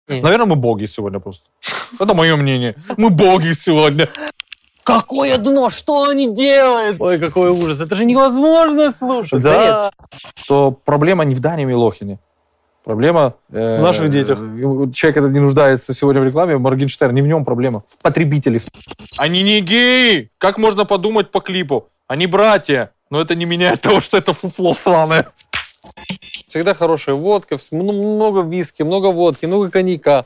Наверное, мы боги сегодня просто. Это мое мнение. Мы боги сегодня. Какое дно? Что они делают? Ой, какой ужас. Это же невозможно слушать. Да. Что проблема не в Дане Милохине. Проблема... в наших детях. Человек этот не нуждается сегодня в рекламе. Моргенштерн, не в нем проблема. В потребителе. Они не геи. Как можно подумать по клипу? Они братья. Но это не меняет того, что это фуфло сраное. Всегда хорошая водка, много виски, много водки, много коньяка.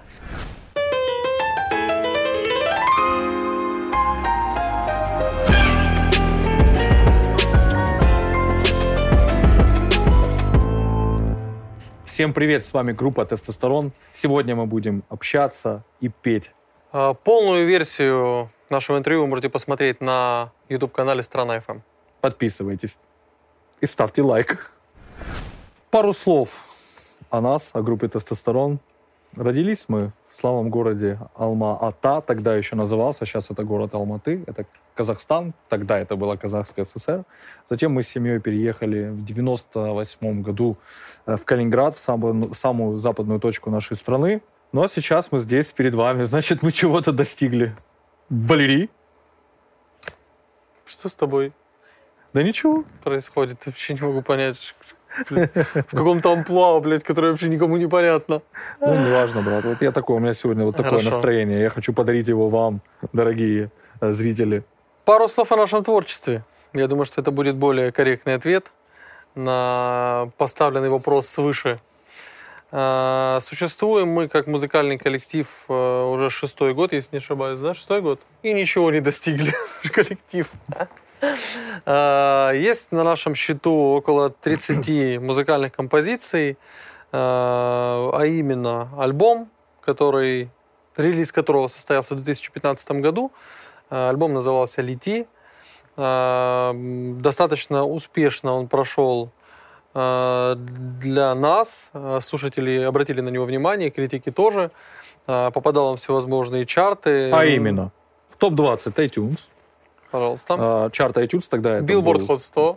Всем привет, с вами группа «Тестостерон». Сегодня мы будем общаться и петь. Полную версию нашего интервью вы можете посмотреть на YouTube-канале «Страна FM». Подписывайтесь и ставьте лайк. Пару слов о нас, о группе «Тестостерон». Родились мы в славном городе Алма-Ата, тогда еще назывался, сейчас это город Алматы, это Казахстан, тогда это была Казахская ССР. Затем мы с семьей переехали в 98 году в Калининград, в самую западную точку нашей страны. Ну а сейчас мы здесь перед вами, значит, мы чего-то достигли. Валерий? Что с тобой? Да ничего. Происходит? Я вообще не могу понять. В каком-то амплуа, блядь, которое вообще никому не понятно. Ну, неважно, брат. Вот я такой, у меня сегодня вот такое настроение. Я хочу подарить его вам, дорогие зрители. Пару слов о нашем творчестве. Я думаю, что это будет более корректный ответ на поставленный вопрос свыше. Существуем мы как музыкальный коллектив уже 6-й год, если не ошибаюсь, да? 6-й год? И ничего не достигли. Коллектив. Есть на нашем счету около 30 музыкальных композиций, а именно альбом, релиз которого состоялся в 2015 году. Альбом назывался «Лети». Достаточно успешно он прошел для нас. Слушатели обратили на него внимание, критики тоже. Попадал он в всевозможные чарты. А именно в топ-20 iTunes. Пожалуйста. Чарт iTunes тогда это Billboard Hot 100.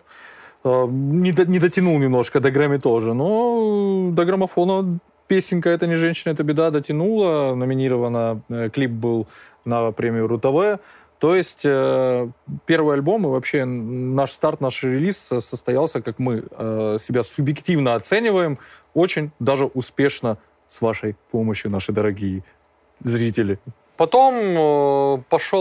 Не дотянул немножко, до Грэмми тоже, но до граммофона песенка «Это не женщина, это беда» дотянула. Номинирована, клип был на премию РУ-ТВ. То есть первый альбом и вообще наш старт, наш релиз состоялся, как мы себя субъективно оцениваем, очень даже успешно с вашей помощью, наши дорогие зрители. Потом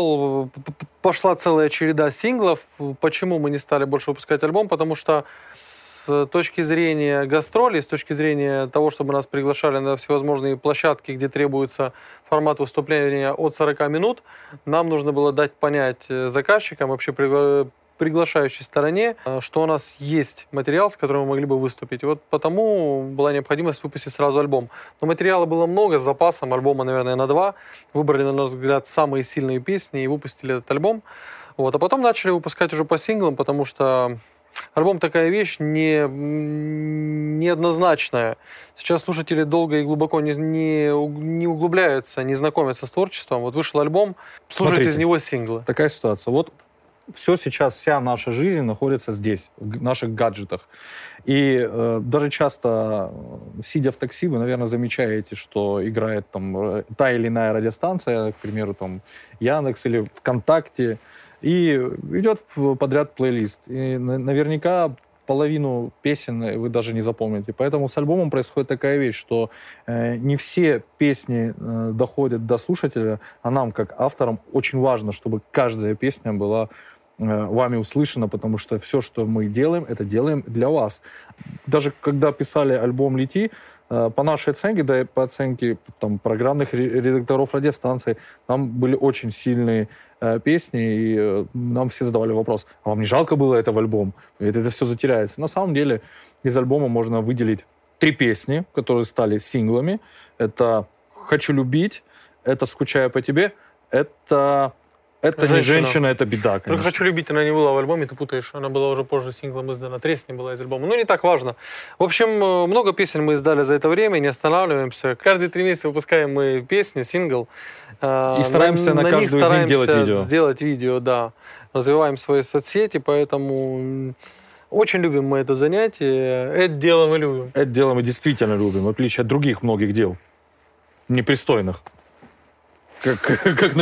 пошла целая череда синглов. Почему мы не стали больше выпускать альбом? Потому что с точки зрения гастролей, с точки зрения того, чтобы нас приглашали на всевозможные площадки, где требуется формат выступления от 40 минут, нам нужно было дать понять заказчикам, вообще приглашающей стороне, что у нас есть материал, с которым мы могли бы выступить. И вот потому была необходимость выпустить сразу альбом. Но материала было много, с запасом альбома, наверное, на 2. Выбрали, на наш взгляд, самые сильные песни и выпустили этот альбом. Вот. А потом начали выпускать уже по синглам, потому что альбом такая вещь неоднозначная. Сейчас слушатели долго и глубоко не углубляются, не знакомятся с творчеством. Вот вышел альбом, слушают из него синглы. Такая ситуация. Вот все сейчас, вся наша жизнь находится здесь, в наших гаджетах. И даже часто, сидя в такси, вы, наверное, замечаете, что играет там та или иная радиостанция, к примеру, там Яндекс или ВКонтакте, и идет подряд плейлист. И наверняка половину песен вы даже не запомните. Поэтому с альбомом происходит такая вещь, что не все песни доходят до слушателя, а нам, как авторам, очень важно, чтобы каждая песня была вами услышано, потому что все, что мы делаем, это делаем для вас. Даже когда писали альбом «Лети», по нашей оценке, да и по оценке там, программных редакторов радиостанций, там были очень сильные песни, и нам все задавали вопрос, а вам не жалко было это в альбом? Ведь это все затеряется. На самом деле из альбома можно выделить 3 песни, которые стали синглами. Это «Хочу любить», это «Скучаю по тебе», это не женщина, это беда, конечно. Только «Хочу любить» она не была в альбоме, ты путаешь. Она была уже позже синглом издана. «Тресни» была из альбома. Ну, не так важно. В общем, много песен мы издали за это время, не останавливаемся. Каждые 3 месяца выпускаем мы песню, сингл. И стараемся на каждую из них сделать видео, да. Развиваем свои соцсети, поэтому очень любим мы это занятие. Это дело мы любим. Это дело мы действительно любим, в отличие от других многих дел. непристойных. Как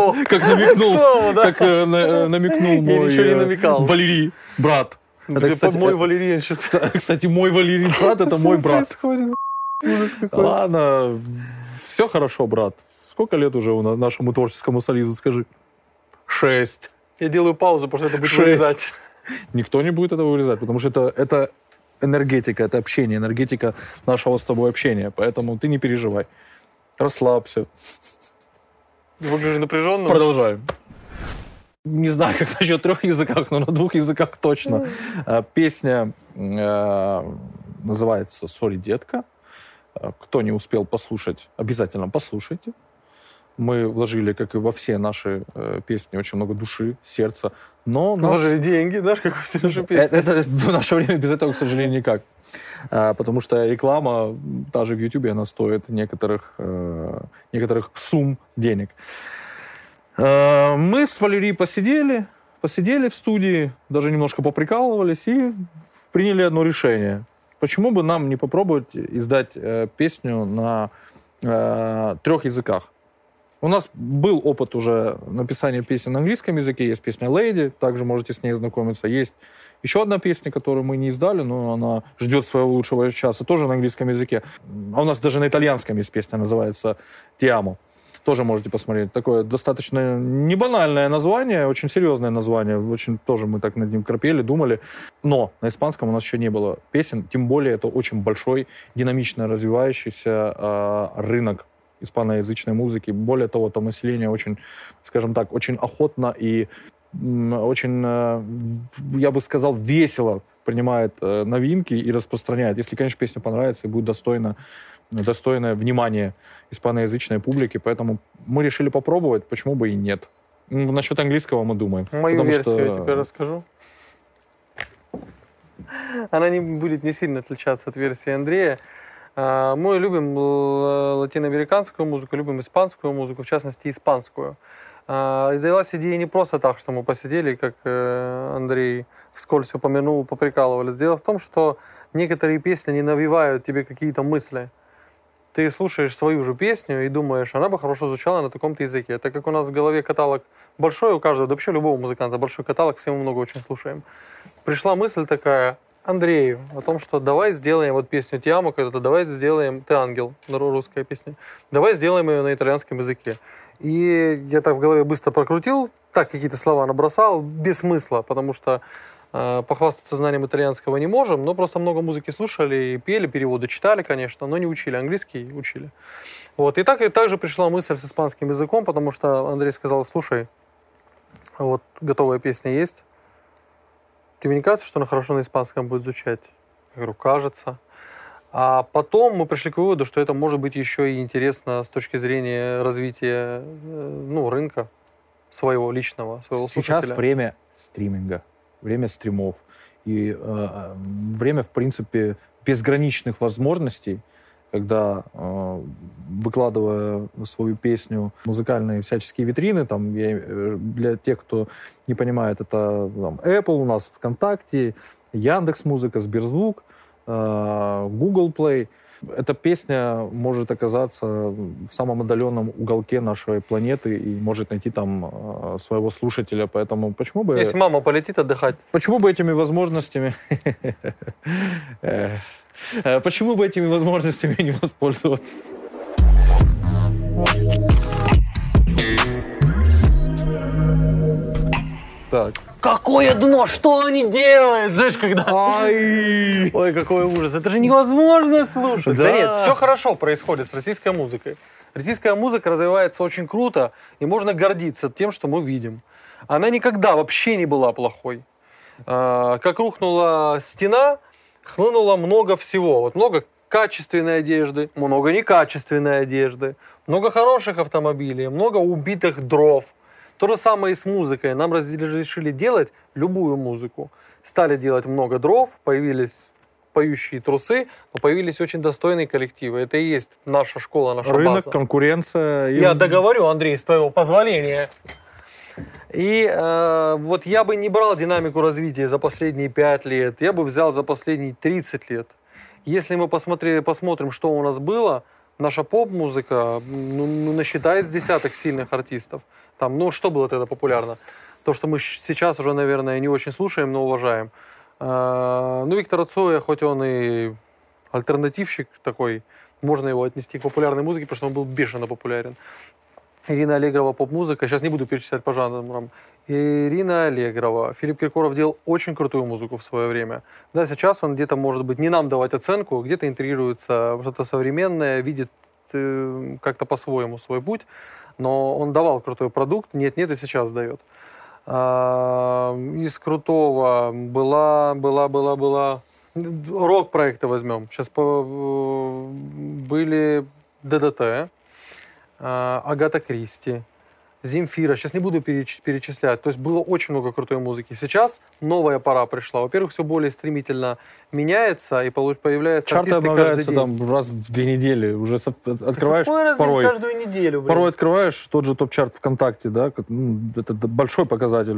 намекнул мой Валерий, брат. Это, кстати, мой Валерий. Кстати, мой Валерий брат, это мой брат. Ладно, все хорошо, брат. Сколько лет уже нашему творческому союзу, скажи? 6. Я делаю паузу, потому что это будет вырезать. Никто не будет этого вырезать, потому что это энергетика, это общение, энергетика нашего с тобой общения. Поэтому ты не переживай. Расслабься. Выгляжу напряженно. Продолжаем. Не знаю, как насчет 3 языках, но на 2 языках точно. Песня называется «Сори, детка». Кто не успел послушать, обязательно послушайте. Мы вложили, как и во все наши песни, очень много души, сердца. Но вложили деньги, знаешь, как во все наши песни. Это в наше время без этого, к сожалению, никак. Потому что реклама, даже в Ютубе, она стоит некоторых сумм денег. Мы с Валерией посидели в студии, даже немножко поприкалывались и приняли одно решение. Почему бы нам не попробовать издать песню на 3 языках? У нас был опыт уже написания песен на английском языке. Есть песня «Lady», также можете с ней ознакомиться. Есть еще одна песня, которую мы не издали, но она ждет своего лучшего часа, тоже на английском языке. А у нас даже на итальянском есть песня, называется «Ti amo». Тоже можете посмотреть. Такое достаточно не банальное название, очень серьезное название. Очень тоже мы так над ним корпели, думали. Но на испанском у нас еще не было песен. Тем более это очень большой, динамично развивающийся рынок испаноязычной музыки. Более того, там население очень, скажем так, очень охотно и очень, я бы сказал, весело принимает новинки и распространяет. Если, конечно, песня понравится и будет достойное внимание испаноязычной публики. Поэтому мы решили попробовать, почему бы и нет. Насчет английского мы думаем. Мою версию я тебе расскажу. Она будет не сильно отличаться от версии Андрея. Мы любим латиноамериканскую музыку, любим испанскую музыку, в частности, испанскую. Родилась идея не просто так, что мы посидели, как Андрей вскользь упомянул, поприкалывались. Дело в том, что некоторые песни не навевают тебе какие-то мысли. Ты слушаешь свою же песню и думаешь, она бы хорошо звучала на таком-то языке. Так как у нас в голове каталог большой у каждого, да вообще любого музыканта большой каталог, все мы много очень слушаем. Пришла мысль такая Андрею о том, что давай сделаем вот песню «Ti amo», когда-то давай сделаем «Ты ангел», русская песня, давай сделаем ее на итальянском языке. И я так в голове быстро прокрутил, так какие-то слова набросал, без смысла, потому что похвастаться знанием итальянского не можем, но просто много музыки слушали и пели, переводы читали, конечно, но не учили, английский учили. Вот. И также пришла мысль с испанским языком, потому что Андрей сказал, слушай, вот готовая песня есть, тебе не кажется, что она хорошо на испанском будет звучать? Я говорю, кажется. А потом мы пришли к выводу, что это может быть еще и интересно с точки зрения развития рынка своего личного, своего слушателя. Сейчас время стриминга. Время стримов и время, в принципе, безграничных возможностей, когда, выкладывая свою песню в музыкальные всяческие витрины, там, для тех, кто не понимает, это там, Apple, у нас ВКонтакте, Яндекс.Музыка, Сберзвук, Google Play. Эта песня может оказаться в самом отдаленном уголке нашей планеты и может найти там своего слушателя. Поэтому почему бы... Если мама полетит отдыхать. Почему бы этими возможностями... Почему бы этими возможностями не воспользоваться? Так. Какое дно? Что они делают? Знаешь, когда... Ой, какой ужас. Это же невозможно слушать. Да нет, все хорошо происходит с российской музыкой. Российская музыка развивается очень круто, и можно гордиться тем, что мы видим. Она никогда вообще не была плохой. Как рухнула стена, хлынуло много всего. Вот много качественной одежды, много некачественной одежды, много хороших автомобилей, много убитых дров. То же самое и с музыкой. Нам разрешили делать любую музыку. Стали делать много дров, появились поющие трусы, но появились очень достойные коллективы. Это и есть наша школа, наша рынок, база. конкуренция. Я договорю, Андрей, с твоего позволения. И вот я бы не брал динамику развития за последние 5 лет, я бы взял за последние 30 лет. Если мы посмотрим, что у нас было, наша поп-музыка насчитает с десяток сильных артистов. Там, что было тогда популярно? То, что мы сейчас уже, наверное, не очень слушаем, но уважаем. Виктора Цоя, хоть он и альтернативщик такой, можно его отнести к популярной музыке, потому что он был бешено популярен. Ирина Аллегрова, поп-музыка. Сейчас не буду перечислять по жанрам. Ирина Аллегрова. Филипп Киркоров делал очень крутую музыку в свое время. Да, сейчас он где-то, может быть, не нам давать оценку, где-то интегрируется в что-то современное, видит как-то по-своему свой путь. Но он давал крутой продукт. Нет-нет, и сейчас дает. Из крутого была рок-проекты возьмем. Сейчас были ДДТ, Агата Кристи, Земфира. Сейчас не буду перечислять. То есть было очень много крутой музыки. Сейчас новая пора пришла. Во-первых, все более стремительно меняется и появляются чарты артисты обновляются каждый день. там раз в 2 недели. Уже открываешь порой каждую неделю. Блин. Порой открываешь тот же топ-чарт ВКонтакте, да, это большой показатель.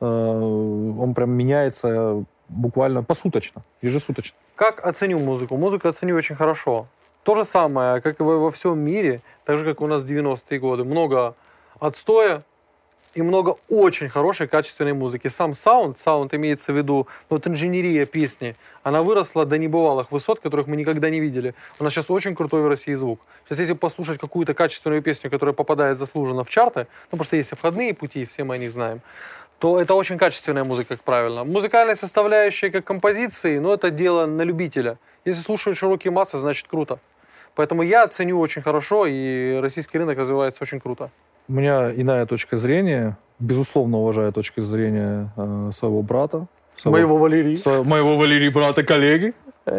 Он прям меняется буквально посуточно, ежесуточно. Как оценю музыку? Музыку оценю очень хорошо. То же самое, как и во всем мире, так же, как у нас в 90-е годы. Много отстоя и много очень хорошей, качественной музыки. Сам саунд имеется в виду, инженерия песни, она выросла до небывалых высот, которых мы никогда не видели. У нас сейчас очень крутой в России звук. Сейчас, если послушать какую-то качественную песню, которая попадает заслуженно в чарты, потому что есть обходные пути, все мы о них знаем, то это очень качественная музыка, как правило. Музыкальная составляющая как композиции, это дело на любителя. Если слушают широкие массы, значит круто. Поэтому я ценю очень хорошо, и российский рынок развивается очень круто. У меня иная точка зрения. Безусловно, уважаю точку зрения своего брата. Моего Валерии. Моего Валерии, брата, коллеги.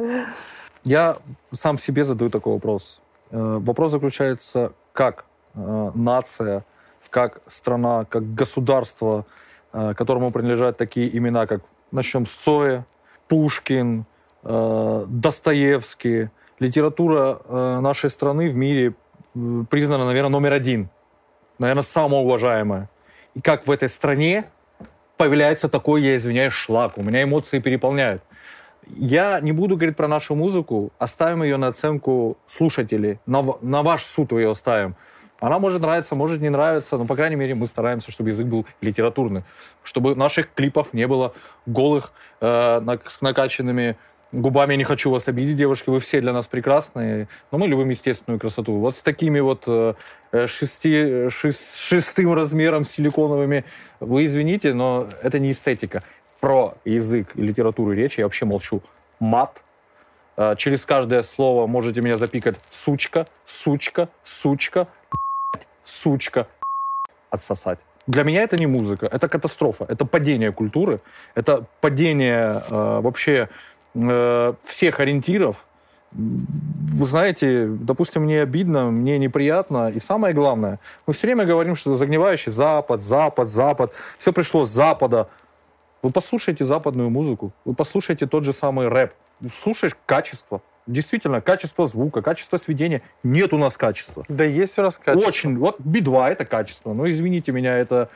Я сам себе задаю такой вопрос. Вопрос заключается, как нация, как страна, как государство, которому принадлежат такие имена, как, начнем с Цоя, Пушкин, Достоевский. Литература нашей страны в мире признана, наверное, номер 1. Наверное, самая уважаемая. И как в этой стране появляется такой, я извиняюсь, шлак. У меня эмоции переполняют. Я не буду говорить про нашу музыку, оставим ее на оценку слушателей. На ваш суд ее оставим. Она может нравиться, может не нравиться, но, по крайней мере, мы стараемся, чтобы язык был литературный. Чтобы наших клипов не было голых, с накачанными губами. Не хочу вас обидеть, девушки, вы все для нас прекрасные, но мы любим естественную красоту. Вот с такими вот шестым размером силиконовыми, вы извините, но это не эстетика. Про язык и литературу речи я вообще молчу. Мат. Через каждое слово можете меня запикать сучка, сучка, сучка, сучка, отсосать. Для меня это не музыка, это катастрофа, это падение культуры, это падение вообще всех ориентиров. Вы знаете, допустим, мне обидно, мне неприятно, и самое главное, мы все время говорим, что загнивающий Запад, Запад, Запад, все пришло с Запада. Вы послушайте западную музыку, вы послушайте тот же самый рэп, слушаешь качество. Действительно, качество звука, качество сведения. Нет у нас качества. Да есть у нас качество. Очень. Вот Би-2 это качество. Но извините меня, это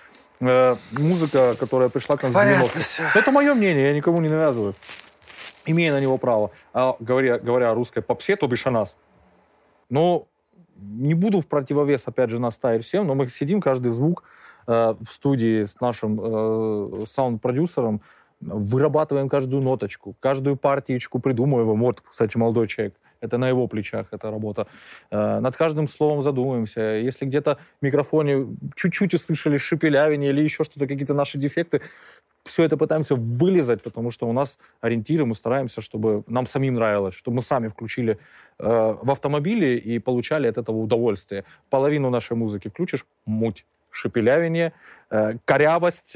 музыка, которая пришла к нам с 90-х. Это мое мнение, я никому не навязываю. Имею на него право. А говоря о русской попсе, то бишь о нас. Но не буду в противовес, опять же, нас ставить всем, но мы сидим, каждый звук в студии с нашим саунд-продюсером, вырабатываем каждую ноточку, каждую партиечку придумываем. Вот, кстати, молодой человек, это на его плечах эта работа. Над каждым словом задумываемся. Если где-то в микрофоне чуть-чуть услышали шепелявение или еще что-то, какие-то наши дефекты, все это пытаемся вылезать, потому что у нас ориентиры, мы стараемся, чтобы нам самим нравилось, чтобы мы сами включили в автомобиле и получали от этого удовольствие. Половину нашей музыки включишь — муть. Шепелявение, корявость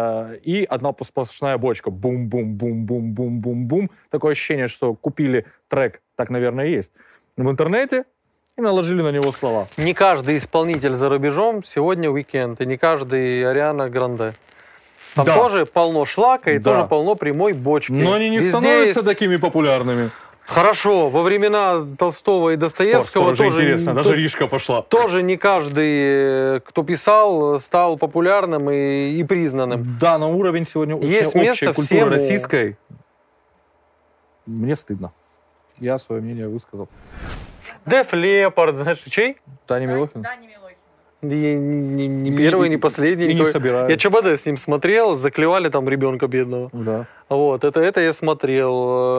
и одна сплошная бочка. Бум-бум-бум-бум-бум-бум-бум. Такое ощущение, что купили трек, так, наверное, и есть, в интернете и наложили на него слова. Не каждый исполнитель за рубежом сегодня Weekend, и не каждый Ариана Гранде. Там тоже полно шлака и тоже полно прямой бочки. Но они не становятся такими популярными. Хорошо, во времена Толстого и Достоевского тоже интересно, даже Ришка пошла. Тоже не каждый, кто писал, стал популярным и признанным. Да, но уровень сегодня очень общей культуры российской. Мне стыдно. Я свое мнение высказал. Def Leppard, знаешь, чей? Таня Милохина? Дани Милохина. Не первый, не последний. И не собираю. Я ЧБД с ним смотрел, заклевали там ребенка бедного. Да. Вот, это я смотрел.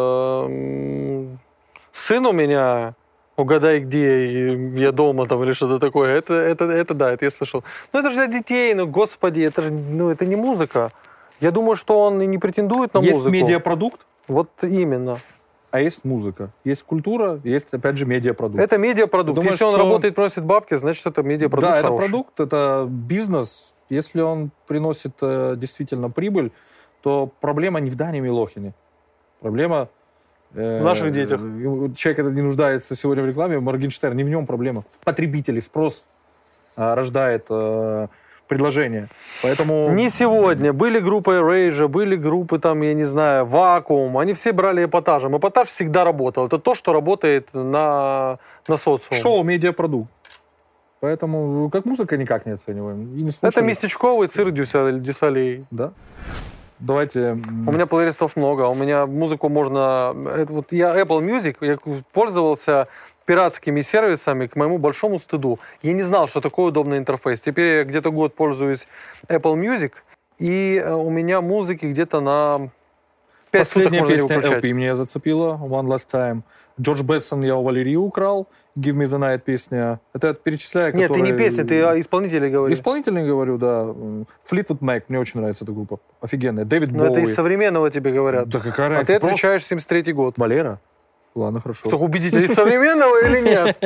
Сын у меня, угадай где, я дома там или что-то такое. Это да, это я слышал. Но это же для детей, ну господи, это же, ну это не музыка. Я думаю, что он и не претендует на музыку. Есть медиапродукт, Вот именно. а есть музыка. Есть культура, есть, опять же, медиапродукт. Это медиапродукт. Думаю, Если он что- работает, приносит бабки, значит, это медиапродукт Да, это хороший. продукт, это бизнес. Если он приносит действительно прибыль, то проблема не в Дане Милохине. Проблема... В наших детях. Человек этот не нуждается сегодня в рекламе, Моргенштерн, не в нем проблема. В потребителе спрос рождает предложение. Поэтому... Не сегодня. Были группы Erasure, были группы, там, я не знаю, Vacuum. Они все брали эпатажем. Эпатаж всегда работал. Это то, что работает на социум. Шоу, медиапродукт. Поэтому как музыка никак не оцениваем. И не Это слушали. местечковый цирк Дюсалей. Да. Давайте... У меня плейлистов много. У меня музыку можно... Я Apple Music, я пользовался пиратскими сервисами к моему большому стыду. Я не знал, что такое удобный интерфейс. Теперь я где-то год пользуюсь Apple Music, и у меня музыки где-то на 5 суток Последняя можно не песня выключать. LP меня зацепила. One Last Time. Джордж Бессон я у Валерии украл. Give Me the Night песня. Это я перечисляю, Нет, ты не которые- песня, ты о исполнителе говоришь. Исполнительный говорю, да. Fleetwood Mac. Мне очень нравится эта группа. Офигенная. Дэвид Но это Боуи. из современного тебе говорят. Да какая А разница? ты Просто отвечаешь 73-й год. Валера? Ладно, хорошо. Что, убедительно, из современного или нет?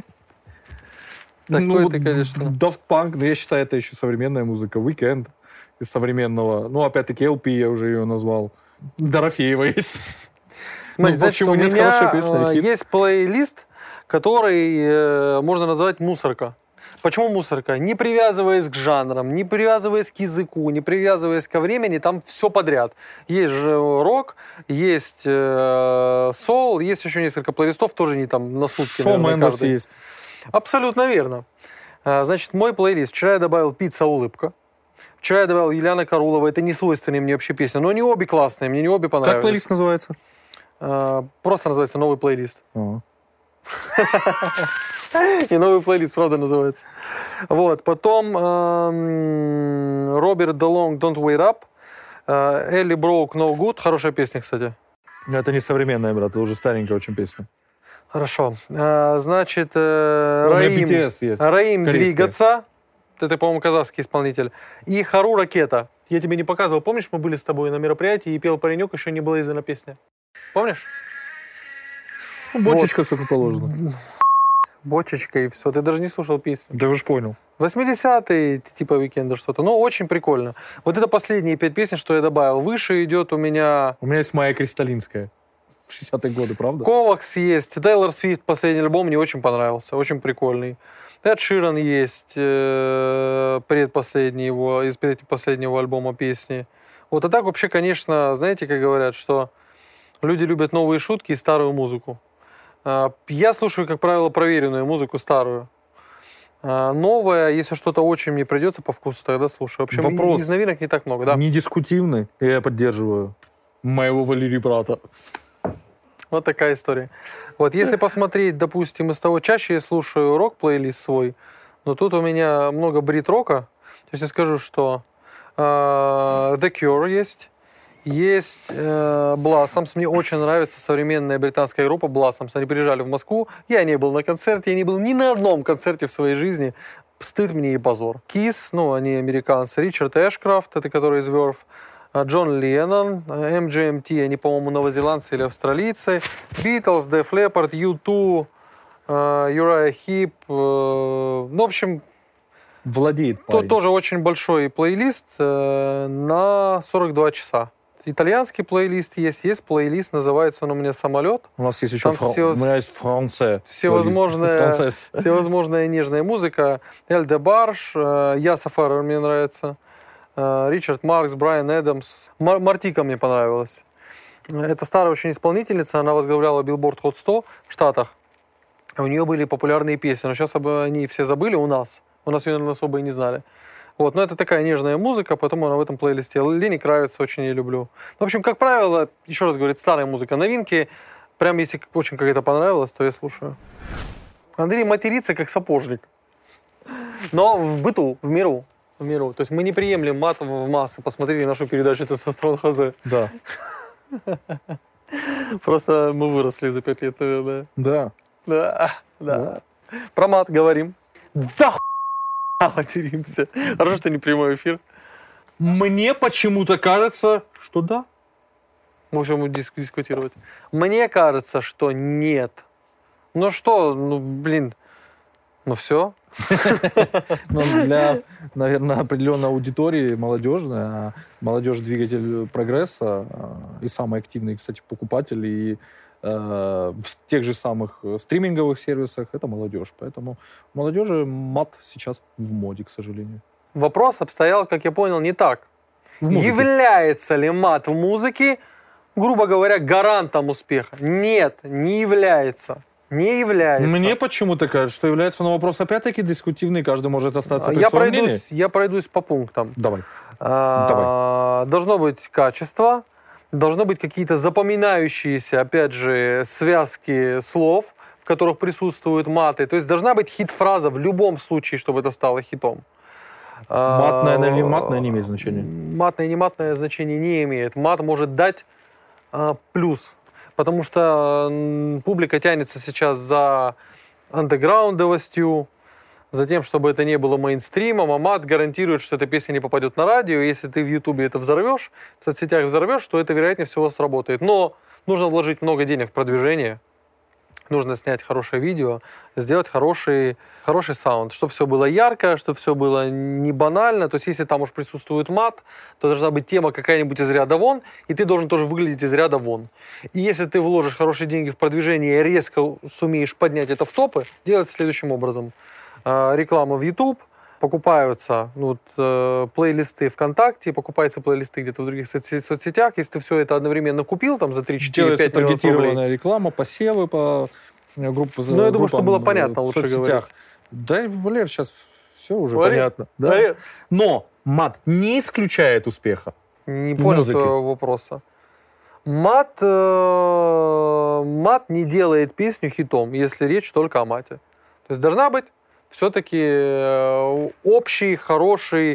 Такой вот ты, конечно. Daft Punk, но я считаю, это еще современная музыка. Weekend из современного. Ну, опять-таки, LP я уже ее назвал. Дорофеева есть. Смотри, Ну, значит, почему у нет? меня Хорошая песня, хит. есть плейлист, который можно назвать мусорка. Почему мусорка? Не привязываясь к жанрам, не привязываясь к языку, не привязываясь ко времени, там все подряд. Есть же рок, есть соул, есть еще несколько плейлистов, тоже не там на сутки. Шоу наверное, Мендес каждый. есть. Абсолютно верно. Значит, мой плейлист. Вчера я добавил «Пицца улыбка». Вчера я добавил Юлиана Караулова. Это не свойственные мне вообще песни. Но они обе классные, мне не обе понравились. Как плейлист называется? Просто называется «Новый плейлист». А. И новый плейлист, правда, называется. Вот. Потом Роберт Делонг «Don't Wait Up». Элли Броук «No Good». Хорошая песня, кстати. Это не современная, брат, это уже старенькая очень песня. Хорошо. Значит, У меня Раим, BTS есть. Раим Корейская. «Двигаться». Это, по-моему, казахский исполнитель. И Хару «Ракета». Я тебе не показывал. Помнишь, мы были с тобой на мероприятии и пел паренек, еще не была издана песня? Помнишь? Бочечка, все как положено. Бочечка и все. Ты даже не слушал песню. Да уж понял. 80-е, типа Уикенда что-то. Ну, очень прикольно. Вот это последние 5 песен, что я добавил. Выше идет у меня У меня есть Майя Кристалинская. 60-е годы, правда? Ковакс есть. Тейлор Свифт, последний альбом, мне очень понравился. Очень прикольный. Эд Ширан есть. Предпоследний его, из предпоследнего альбома песни. Вот, а так вообще, конечно, знаете, как говорят, что люди любят новые шутки и старую музыку. Я слушаю, как правило, проверенную музыку, старую. Новая, если что-то очень мне придется по вкусу, тогда слушаю. В общем, Вопрос. из новинок не так много, да. Не дискутивный, я поддерживаю моего Валерия брата. Вот такая история. Вот, если посмотреть, допустим, из того, чаще я слушаю рок-плейлист свой, но тут у меня много брит-рока. То есть я скажу, что The Cure есть Blossoms. Мне очень нравится современная британская группа Blossoms. Они приезжали в Москву. Я не был на концерте, я не был ни на одном концерте в своей жизни. Стыд мне и позор. Kiss, ну, они американцы. Ричард Эшкрафт, это который из Verve. Джон Леннон, MGMT, они, по-моему, новозеландцы или австралийцы. Beatles, Def Leppard, U2, Uriah Heep. Ну, в общем, Владеет тут парень. тоже очень большой плейлист на 42 часа. Итальянский плейлист есть плейлист, называется он у меня «Самолет». У нас есть еще Там всё- у меня есть Франце. Всевозможная нежная музыка. Эль де Барш, Яса Феррер мне нравится. Ричард Маркс, Брайан Эдамс. Мартика мне понравилась. Это старая очень исполнительница, она возглавляла Billboard Hot 100 в Штатах. У нее были популярные песни, но сейчас они все забыли у нас. У нас ее, наверное, особо и не знали. Вот, но это такая нежная музыка, поэтому она в этом плейлисте. Лени Кравиц очень я люблю. В общем, как правило, еще раз говорю, старая музыка. Новинки, прям если очень какая-то понравилась, то я слушаю. Андрей матерится, как сапожник. Но в быту, в миру. То есть мы не приемлем мат в массы. Посмотрите нашу передачу «Тестостерон ХЗ». Да. Просто мы выросли за 5 лет, наверное. Да. Про мат говорим. Да материмся. Хорошо, что не прямой эфир. Мне почему-то кажется, что да. Можем дискутировать. Мне кажется, что нет. Ну что, все. Для, наверное, определенной аудитории молодежной, а молодежь двигатель прогресса и самый активный, кстати, покупатель и в тех же самых стриминговых сервисах это молодежь. Поэтому у молодежи мат сейчас в моде, к сожалению. Вопрос обстоял, как я понял, не так. Является ли мат в музыке, грубо говоря, гарантом успеха? Нет, не является. Не является. Мне почему-то кажется, что является, но вопрос опять-таки дискутивный, каждый может остаться при своем мнении. Я пройдусь по пунктам. Давай. Должно быть качество, должны быть какие-то запоминающиеся, опять же, связки слов, в которых присутствуют маты. То есть должна быть хит-фраза в любом случае, чтобы это стало хитом. Матное или не матное не имеет значения? Матное и не матное значения не имеет. Мат может дать плюс. Потому что публика тянется сейчас за андеграундовостью, за тем, чтобы это не было мейнстримом, а мат гарантирует, что эта песня не попадет на радио. Если ты в Ютубе это взорвешь, в соцсетях взорвешь, то это, вероятнее всего, сработает. Но нужно вложить много денег в продвижение, нужно снять хорошее видео, сделать хороший саунд, чтобы все было ярко, чтобы все было не банально. То есть, если там уж присутствует мат, то должна быть тема какая-нибудь из ряда вон, и ты должен тоже выглядеть из ряда вон. И если ты вложишь хорошие деньги в продвижение и резко сумеешь поднять это в топы, делать следующим образом. Реклама в YouTube, покупаются плейлисты ВКонтакте, покупаются плейлисты где-то в других соцсетях. Если ты все это одновременно купил там за 3-4-5 миллионов рублей. Делается таргетированная реклама, посевы по группам. Ну, я думаю, что было понятно, лучше говорить. Да, Валер, сейчас все уже понятно. Да? Но мат не исключает успеха. Не понял своего вопроса. Мат не делает песню хитом, если речь только о мате. То есть должна быть все-таки общий, хороший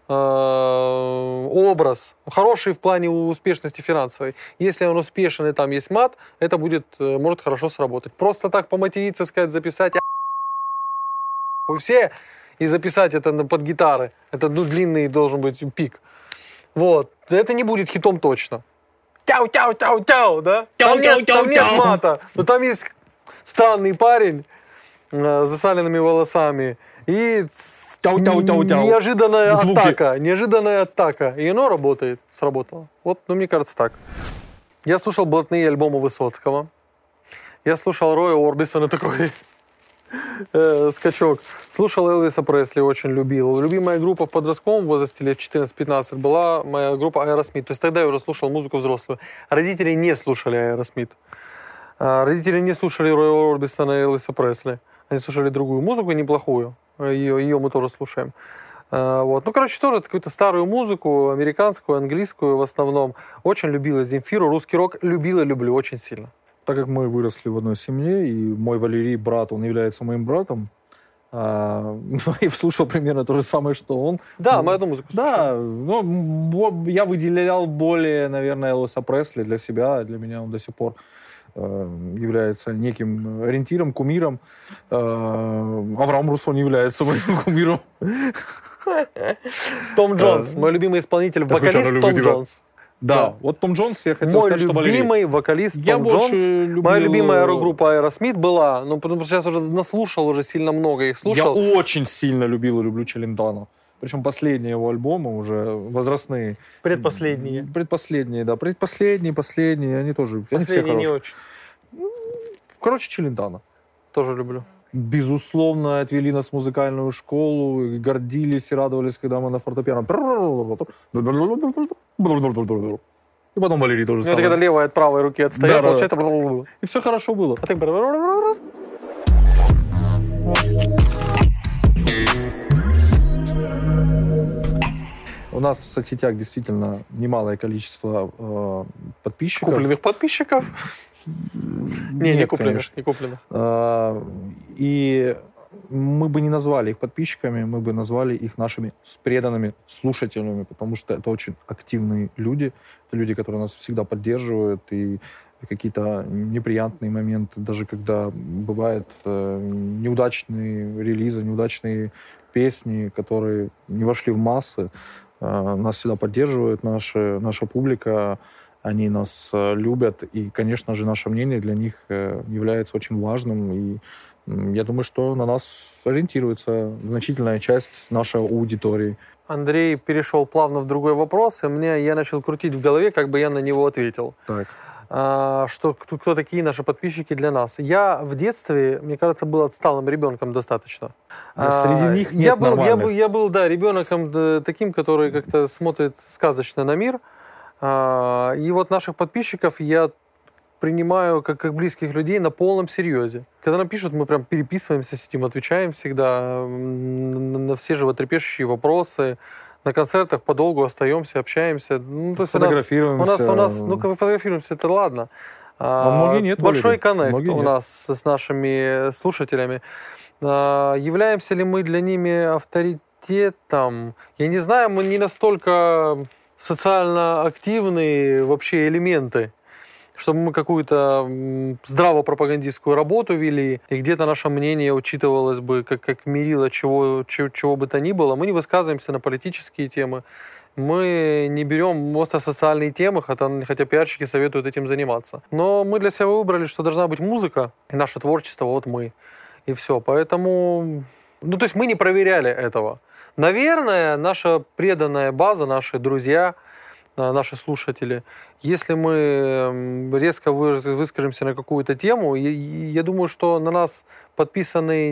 образ, хороший в плане успешности финансовой. Если он успешен и там есть мат, это может хорошо сработать. Просто так поматериться, сказать, записать все и записать это под гитары, это длинный должен быть пик. Вот. Это не будет хитом точно. Тяу-тяу-тяу-тяу, да? Там нет мата. Но там есть странный парень с засаленными волосами и неожиданная атака. И оно сработало. Вот, мне кажется, так. Я слушал блатные альбомы Высоцкого. Я слушал Роя Орбисона, такой скачок. Слушал Элвиса Пресли, очень любил. Любимая группа в подростковом возрасте лет 14-15 была моя группа Aerosmith. То есть тогда я уже слушал музыку взрослую. Родители не слушали Aerosmith. Родители не слушали Роя Орбисона и Элвиса Пресли. Они слушали другую музыку, неплохую. Ее мы тоже слушаем. Вот. Тоже какую-то старую музыку, американскую, английскую в основном. Очень любила Земфиру, русский рок любила, люблю очень сильно. Так как мы выросли в одной семье, и мой Валерий, брат, он является моим братом, я слушал примерно то же самое, что он. Да, мы эту музыку слушаем. Да, я выделял более, наверное, Элвиса Пресли для себя, для меня он до сих пор является неким ориентиром, кумиром. Авраам Руссо не является моим кумиром. Том Джонс, мой любимый исполнитель, вокалист Том Джонс. Да, вот Том Джонс, я хотел сказать, что Валерий. Мой любимый вокалист Том Джонс. Моя любимая рок-группа Aerosmith была, потому что сейчас уже наслушал, уже сильно много их слушал. Я очень сильно любил и люблю Челентано. Причем последние его альбомы уже возрастные. Предпоследние, да. Последние, они тоже. Последние не очень. Короче, Челентано. Тоже люблю. Безусловно, отвели нас в музыкальную школу, и гордились и радовались, когда мы на фортепиано. И потом Валерий тоже самое. Это когда левая от правой руки отстает, получается... И все хорошо было. А так... У нас в соцсетях действительно немалое количество подписчиков. Купленных подписчиков. Не куплено, конечно. Не куплено. И мы бы не назвали их подписчиками, мы бы назвали их нашими преданными слушателями, потому что это очень активные люди. Это люди, которые нас всегда поддерживают, и какие-то неприятные моменты, даже когда бывают неудачные релизы, неудачные песни, которые не вошли в массы, нас всегда поддерживает наша публика, они нас любят, и, конечно же, наше мнение для них является очень важным, и я думаю, что на нас ориентируется значительная часть нашей аудитории. Андрей перешел плавно в другой вопрос, и я начал крутить в голове, как бы я на него ответил. Так. Кто такие наши подписчики для нас. Я в детстве, мне кажется, был отсталым ребенком достаточно. Среди них нет нормальных. Я был, да, ребенком таким, который как-то смотрит сказочно на мир. И вот наших подписчиков я принимаю как близких людей на полном серьезе. Когда нам пишут, мы прям переписываемся с ним, отвечаем всегда на все животрепещущие вопросы. На концертах подолгу остаемся, общаемся. Ну, то есть фотографируемся. У нас, фотографируемся, это ладно. Многие нет. Большой коннект у нас с нашими слушателями. Являемся ли мы для ними авторитетом? Я не знаю, мы не настолько социально активные вообще элементы, чтобы мы какую-то здраво-пропагандистскую работу вели, и где-то наше мнение учитывалось бы как мерило чего бы то ни было. Мы не высказываемся на политические темы, мы не берем остросоциальные темы, хотя пиарщики советуют этим заниматься. Но мы для себя выбрали, что должна быть музыка, и наше творчество, вот мы, и все. Поэтому, то есть мы не проверяли этого. Наверное, наша преданная база, наши друзья, наши слушатели, если мы резко выскажемся на какую-то тему, я думаю, что на нас подписаны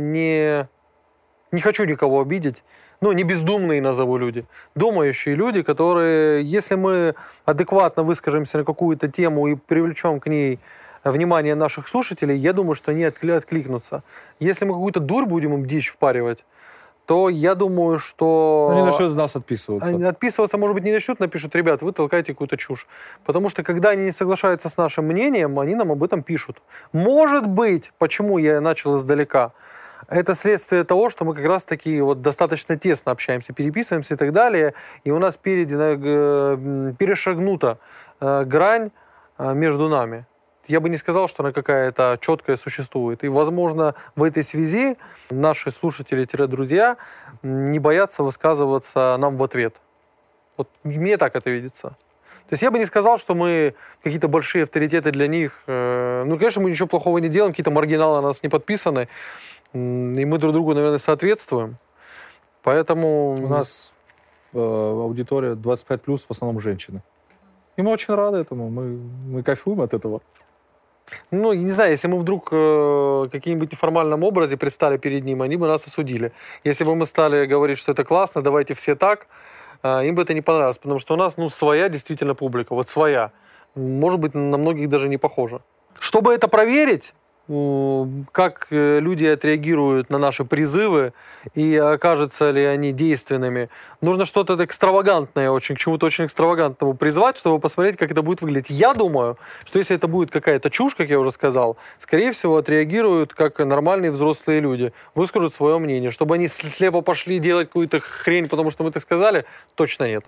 не хочу никого обидеть, не бездумные назову люди, думающие люди, которые, если мы адекватно выскажемся на какую-то тему и привлечем к ней внимание наших слушателей, я думаю, что они откликнутся. Если мы какую-то дурь будем им дичь впаривать, то я думаю, что... Они начнут от нас отписываться. Отписываться, может быть, не начнут, напишут: ребят, вы толкаете какую-то чушь. Потому что, когда они не соглашаются с нашим мнением, они нам об этом пишут. Может быть, почему я начал издалека, это следствие того, что мы как раз-таки достаточно тесно общаемся, переписываемся и так далее, и у нас перешагнута грань между нами. Я бы не сказал, что она какая-то четкая существует. И, возможно, в этой связи наши слушатели-друзья не боятся высказываться нам в ответ. Вот мне так это видится. То есть я бы не сказал, что мы какие-то большие авторитеты для них. Конечно, мы ничего плохого не делаем, какие-то маргиналы на нас не подписаны. И мы друг другу, наверное, соответствуем. Поэтому... У нас аудитория 25+, в основном женщины. И мы очень рады этому. Мы кайфуем от этого. Не знаю, если мы вдруг в каким-нибудь неформальном образе предстали перед ним, они бы нас осудили. Если бы мы стали говорить, что это классно, давайте все так, им бы это не понравилось, потому что у нас, своя действительно публика, вот своя. Может быть, на многих даже не похожа. Чтобы это проверить, как люди отреагируют на наши призывы и окажутся ли они действенными, нужно что-то экстравагантное, к чему-то очень экстравагантному призвать, чтобы посмотреть, как это будет выглядеть. Я думаю, что если это будет какая-то чушь, как я уже сказал, скорее всего, отреагируют как нормальные взрослые люди, выскажут свое мнение. Чтобы они слепо пошли делать какую-то хрень, потому что мы так сказали, точно нет.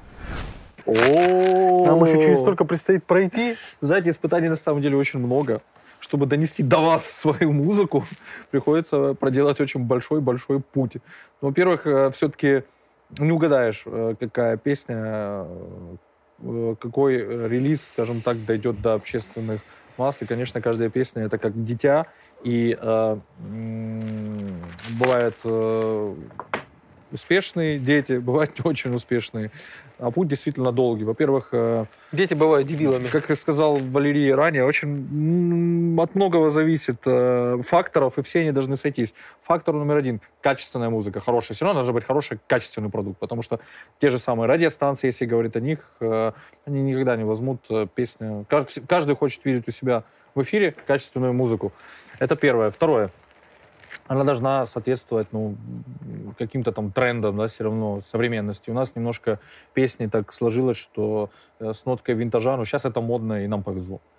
Нам еще через столько предстоит пройти. Знаете, испытаний на самом деле очень много. Чтобы донести до вас свою музыку, приходится проделать очень большой-большой путь. Во-первых, все-таки не угадаешь, какая песня, какой релиз, скажем так, дойдет до общественных масс. И, конечно, каждая песня — это как дитя. И бывают успешные дети, бывают не очень успешные. А путь действительно долгий. Во-первых... Дети бывают дебилами. Как я сказал Валерий ранее, очень от многого зависит факторов, и все они должны сойтись. Фактор номер 1 — качественная музыка, хорошая. Все равно должен быть хороший, качественный продукт, потому что те же самые радиостанции, если говорить о них, они никогда не возьмут песню. Каждый хочет видеть у себя в эфире качественную музыку. Это первое. Второе. Она должна соответствовать каким-то там трендам, да, все равно, современности. У нас немножко песни так сложилось, что с ноткой винтажа, сейчас это модно, и нам повезло.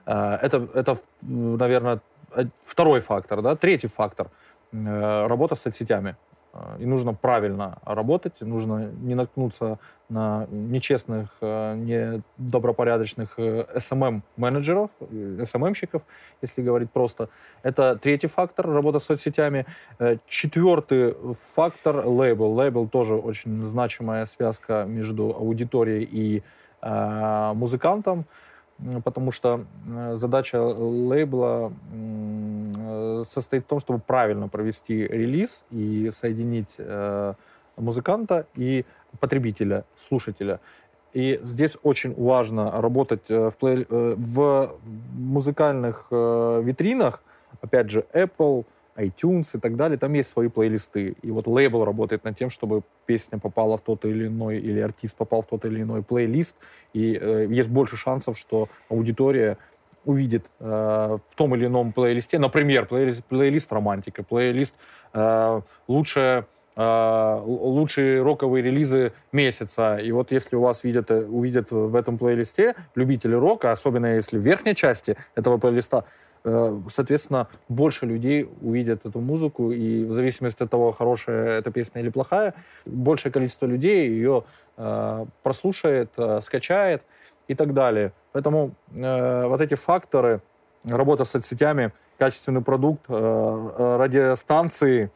Это, наверное, второй фактор. Да? Третий фактор – работа с соцсетями. И нужно правильно работать, нужно не наткнуться на нечестных, недобропорядочных SMM-менеджеров, SMM-щиков, если говорить просто. Это третий фактор – работа с соцсетями. Четвертый фактор – лейбл. Лейбл тоже очень значимая связка между аудиторией и музыкантом, потому что задача лейбла состоит в том, чтобы правильно провести релиз и соединить музыканта и потребителя, слушателя. И здесь очень важно работать в музыкальных витринах, опять же, Apple, iTunes и так далее, там есть свои плейлисты. И вот лейбл работает над тем, чтобы песня попала в тот или иной, или артист попал в тот или иной плейлист, и есть больше шансов, что аудитория увидит в том или ином плейлисте, например, плейлист романтика, плейлист лучшие роковые релизы месяца. И вот если у вас увидят в этом плейлисте любители рока, особенно если в верхней части этого плейлиста, соответственно, больше людей увидят эту музыку, и в зависимости от того, хорошая эта песня или плохая, большее количество людей ее прослушает, скачает и так далее. Поэтому вот эти факторы, работа с соцсетями, качественный продукт, радиостанции,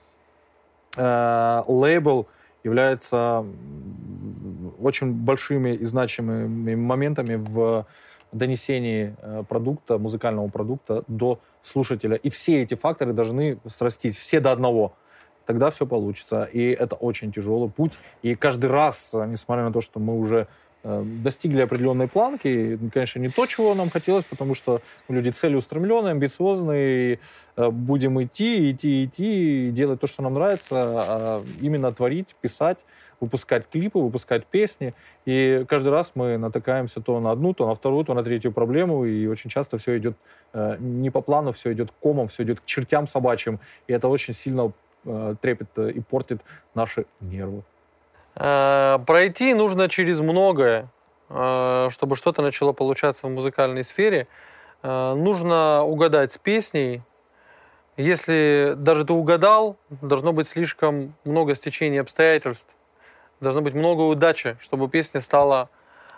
лейбл являются очень большими и значимыми моментами в донесении продукта, музыкального продукта до слушателя. И все эти факторы должны срастись, все до одного. Тогда все получится. И это очень тяжелый путь. И каждый раз, несмотря на то, что мы уже достигли определенной планки, конечно, не то, чего нам хотелось, потому что люди целеустремленные, амбициозные, и будем идти, и делать то, что нам нравится, а именно творить, писать, выпускать клипы, выпускать песни. И каждый раз мы натыкаемся то на одну, то на вторую, то на третью проблему, и очень часто все идет не по плану, все идет комом, все идет к чертям собачьим, и это очень сильно трепет и портит наши нервы. Пройти нужно через многое, чтобы что-то начало получаться в музыкальной сфере. Нужно угадать с песней. Если даже ты угадал, должно быть слишком много стечений обстоятельств. Должно быть много удачи, чтобы песня стала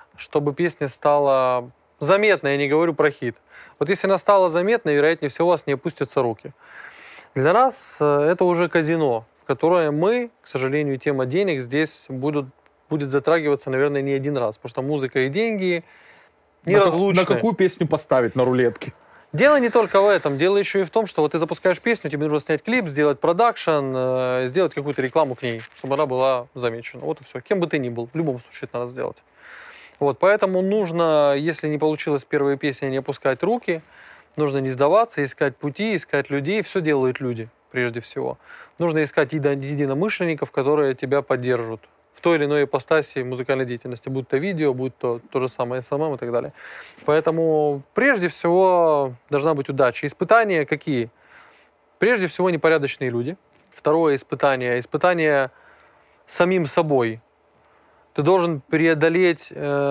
заметной. Я не говорю про хит. Вот если она стала заметной, вероятнее всего, у вас не опустятся руки. Для нас это уже казино, в которое мы, к сожалению, тема денег здесь будет затрагиваться, наверное, не один раз, потому что музыка и деньги неразлучны. На какую песню поставить на рулетке? Дело не только в этом. Дело еще и в том, что вот ты запускаешь песню, тебе нужно снять клип, сделать продакшн, сделать какую-то рекламу к ней, чтобы она была замечена. Вот и все. Кем бы ты ни был, в любом случае это надо сделать. Вот, поэтому нужно, если не получилось первые песни, не опускать руки, нужно не сдаваться, искать пути, искать людей. Все делают люди, прежде всего. Нужно искать единомышленников, которые тебя поддержат в той или иной ипостаси музыкальной деятельности, будь то видео, будь то же самое SMM и так далее. Поэтому прежде всего должна быть удача. Испытания какие? Прежде всего непорядочные люди. Второе испытание самим собой. Ты должен преодолеть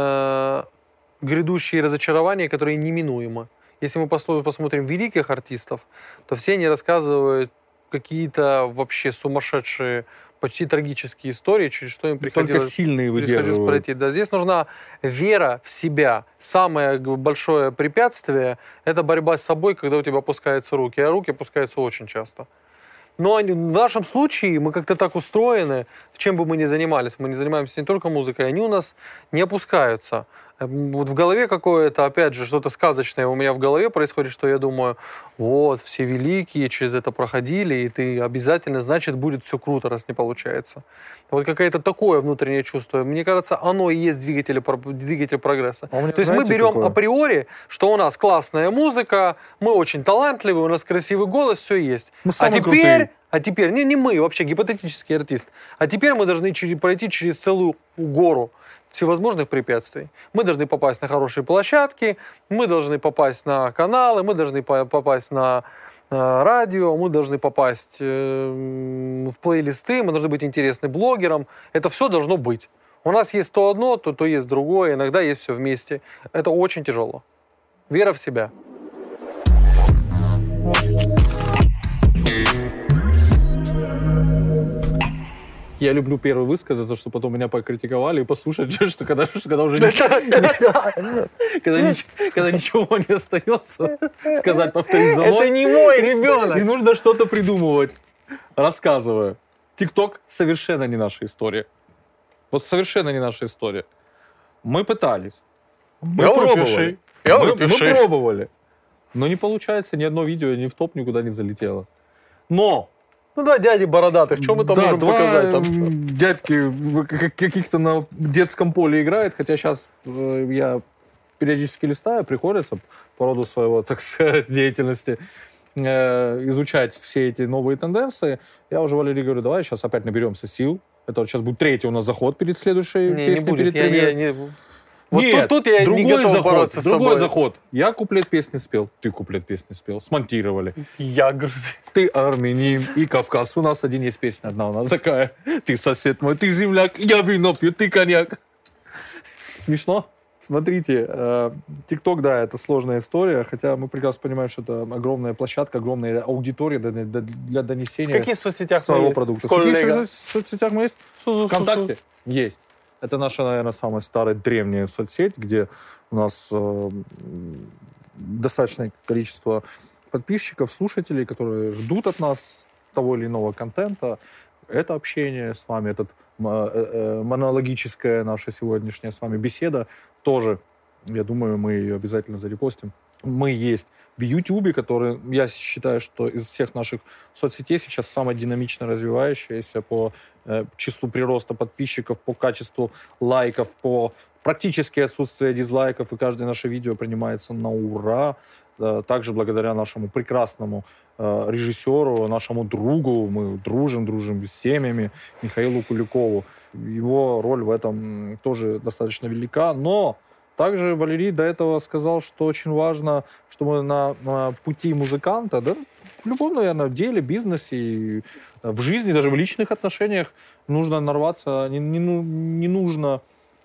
грядущие разочарования, которые неминуемы. Если мы посмотрим великих артистов, то все они рассказывают какие-то вообще сумасшедшие, почти трагические истории, через что им приходилось, только сильные выдерживают. Пройти. Да, здесь нужна вера в себя. Самое большое препятствие – это борьба с собой, когда у тебя опускаются руки. А руки опускаются очень часто. Но в нашем случае мы как-то так устроены, чем бы мы ни занимались. Мы не занимаемся не только музыкой, они у нас не опускаются. Вот в голове какое-то, опять же, что-то сказочное у меня в голове происходит, что я думаю, вот, все великие через это проходили, и ты обязательно, значит, будет все круто, раз не получается. Вот какое-то такое внутреннее чувство. Мне кажется, оно и есть двигатель прогресса. То есть мы берем априори, что у нас классная музыка, мы очень талантливые, у нас красивый голос, все есть. А теперь, не мы, вообще гипотетический артист, а теперь мы должны пройти через целую гору всевозможных препятствий. Мы должны попасть на хорошие площадки, мы должны попасть на каналы, мы должны попасть на радио, мы должны попасть в плейлисты, мы должны быть интересны блогерам. Это все должно быть. У нас есть то одно, то есть другое, иногда есть все вместе. Это очень тяжело. Вера в себя. Я люблю первый высказаться, что потом меня покритиковали и послушать, что когда уже когда ничего не остается, сказать, повторить за мной. Это не мой ребенок. И нужно что-то придумывать. Рассказываю. ТикТок совершенно не наша история. Вот совершенно не наша история. Мы пытались. Мы пробовали. Мы пробовали. Но не получается, ни одно видео ни в топ никуда не залетело. Но Ну да, дяди бородатых, что мы там можем показать? Там? Дядьки каких-то на детском поле играют, хотя сейчас я периодически листаю, приходится по роду своего, так сказать, деятельности изучать все эти новые тенденции. Я уже Валерий говорю, давай сейчас опять наберемся сил. Это вот сейчас будет третий у нас заход перед следующей песней, перед премьерой. Вот Нет, тут я не готов бороться с собой. Другой заход. Я куплет песни спел, ты куплет песни спел. Смонтировали. Я грузин. Ты армянин и Кавказ. У нас один есть песня одна, она такая. Ты сосед мой, ты земляк, я вино пью, ты коньяк. Смешно? Смотрите, ТикТок, да, это сложная история, хотя мы прекрасно понимаем, что это огромная площадка, огромная аудитория для донесения в каких соцсетях своего продукта. В каких соцсетях мы есть? ВКонтакте есть. Это наша, наверное, самая старая, древняя соцсеть, где у нас достаточное количество подписчиков, слушателей, которые ждут от нас того или иного контента. Это общение с вами, это монологическая наша сегодняшняя с вами беседа тоже, я думаю, мы ее обязательно зарепостим. Мы есть в YouTube, который, я считаю, что из всех наших соцсетей сейчас самая динамично развивающаяся по числу прироста подписчиков, по качеству лайков, по практически отсутствию дизлайков, и каждое наше видео принимается на ура. Также благодаря нашему прекрасному режиссеру, нашему другу, мы дружим с семьями, Михаилу Куликову. Его роль в этом тоже достаточно велика, но также Валерий до этого сказал, что очень важно, что мы на пути музыканта, да, в любом, наверное, деле, бизнесе, и в жизни, даже в личных отношениях нужно нарваться, не нужно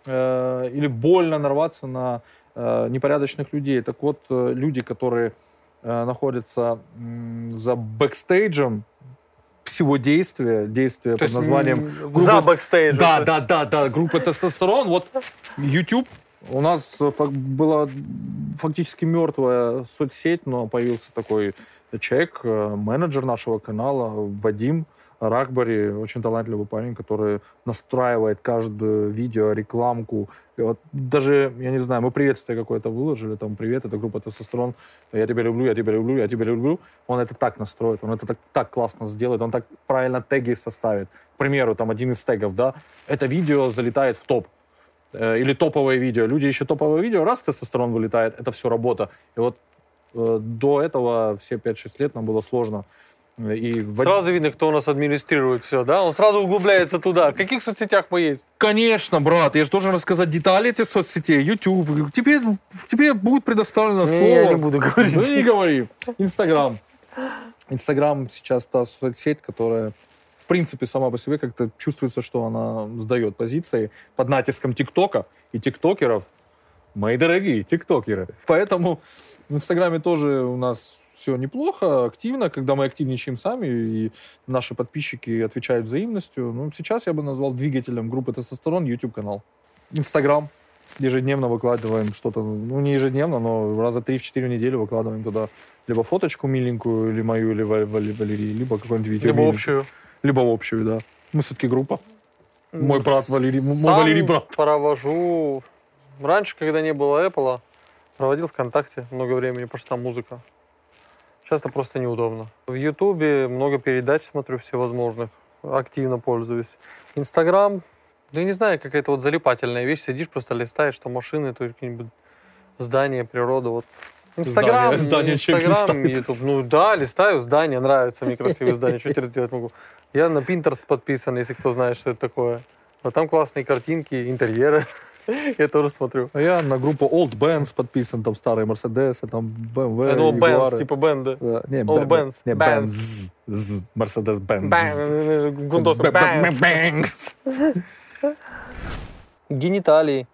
или больно нарваться на непорядочных людей. Так вот, люди, которые находятся за бэкстейджем всего действия под названием... За бэкстейджем. Да, группа «Тестостерон». Вот YouTube у нас была фактически мертвая соцсеть, но появился такой человек, менеджер нашего канала, Вадим Рахбари, очень талантливый парень, который настраивает каждую видео-рекламку. И вот даже, я не знаю, мы приветствие какое-то выложили, там, привет, это группа «Тестостерон», я тебя люблю, я тебя люблю, я тебя люблю. Он это так настроит, он это так классно сделает, он так правильно теги составит. К примеру, там один из тегов, да, это видео залетает в топ. Или топовое видео. Люди ищут топовое видео, раз «Тестостерон» вылетает, это все работа. И вот до этого все 5-6 лет нам было сложно. И сразу видно, кто у нас администрирует все, да? Он сразу углубляется туда. В каких соцсетях мы есть? Конечно, брат. Я же должен рассказать детали этих соцсетей. YouTube. Тебе будет предоставлено слово. Я не буду говорить. Ну, не говори. Инстаграм. Инстаграм сейчас та соцсеть, которая, в принципе, сама по себе как-то чувствуется, что она сдает позиции под натиском ТикТока и тиктокеров. Мои дорогие тиктокеры. Поэтому в Инстаграме тоже у нас все неплохо, активно, когда мы активничаем сами, и наши подписчики отвечают взаимностью. Ну, сейчас я бы назвал двигателем группы «Тестостерон» YouTube-канал. Инстаграм. Ежедневно выкладываем что-то, ну, не ежедневно, но раза 3-4 в неделю выкладываем туда либо фоточку миленькую, или мою, или Валерии, либо какое-нибудь видео. Либо общую. Либо общую, да. Мы все-таки группа. Мой брат Валерий, мой Валерий брат. Провожу. Раньше, когда не было Apple, проводил ВКонтакте много времени, потому что там музыка. Сейчас это просто неудобно. В Ютубе много передач смотрю всевозможных. Активно пользуюсь. Инстаграм, да я не знаю, какая-то вот залипательная вещь. Сидишь, просто листаешь, что машины, то какие-нибудь здания, природа. Вот. Инстаграм, Ютуб. Ну да, листаю здания, нравятся мне красивые здания. Что теперь сделать могу? Я на Pinterest подписан, если кто знает, что это такое. А там классные картинки, интерьеры. Я тоже смотрю. А я на группу Old Bands подписан, там старые Мерседесы, там BMW, я думал, Benz, типа бенды. Да. Не, Old Bands. Не, Benz. Mercedes-Benz. Benz. Гениталии.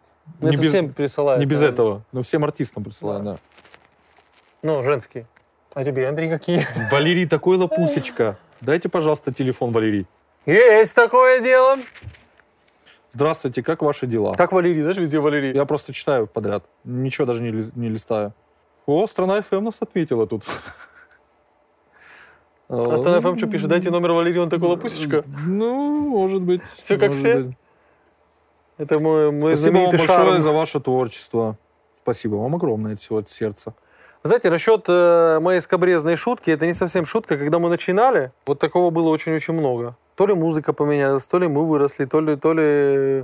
Это всем присылают. Не без этого. Но всем артистам присылают, да. Ну, женские. А тебе, Андрей, какие? Валерий такой лопусечка. Дайте, пожалуйста, телефон, Валерий. Есть такое дело. Здравствуйте, как ваши дела? Как Валерий, знаешь, везде Валерий. Я просто читаю подряд. Ничего даже не листаю. О, Страна ФМ нас отметила тут. А Страна ФМ что пишет? Дайте номер Валерия, он такой лопусечка. Ну, может быть. Все как может все? быть. Это мой Спасибо вам знаменитый большое шарм. за ваше творчество. Спасибо вам огромное от всего от сердца. Знаете, насчет моей скабрезной шутки, это не совсем шутка. Когда мы начинали, вот такого было очень-очень много. То ли музыка поменялась, то ли мы выросли, то ли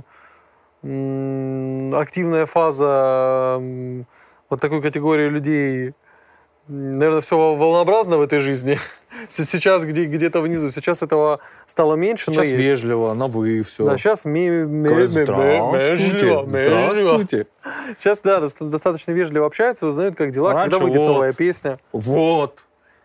активная фаза вот такой категории людей. Наверное, все волнообразно в этой жизни. Сейчас где-то внизу. Сейчас этого стало меньше, Сейчас но есть. вежливо, на вы, все. Да, сейчас Здравствуйте. Сейчас, да, достаточно вежливо общаются, узнают, как дела, Раньше когда выйдет вот. новая песня. Вот.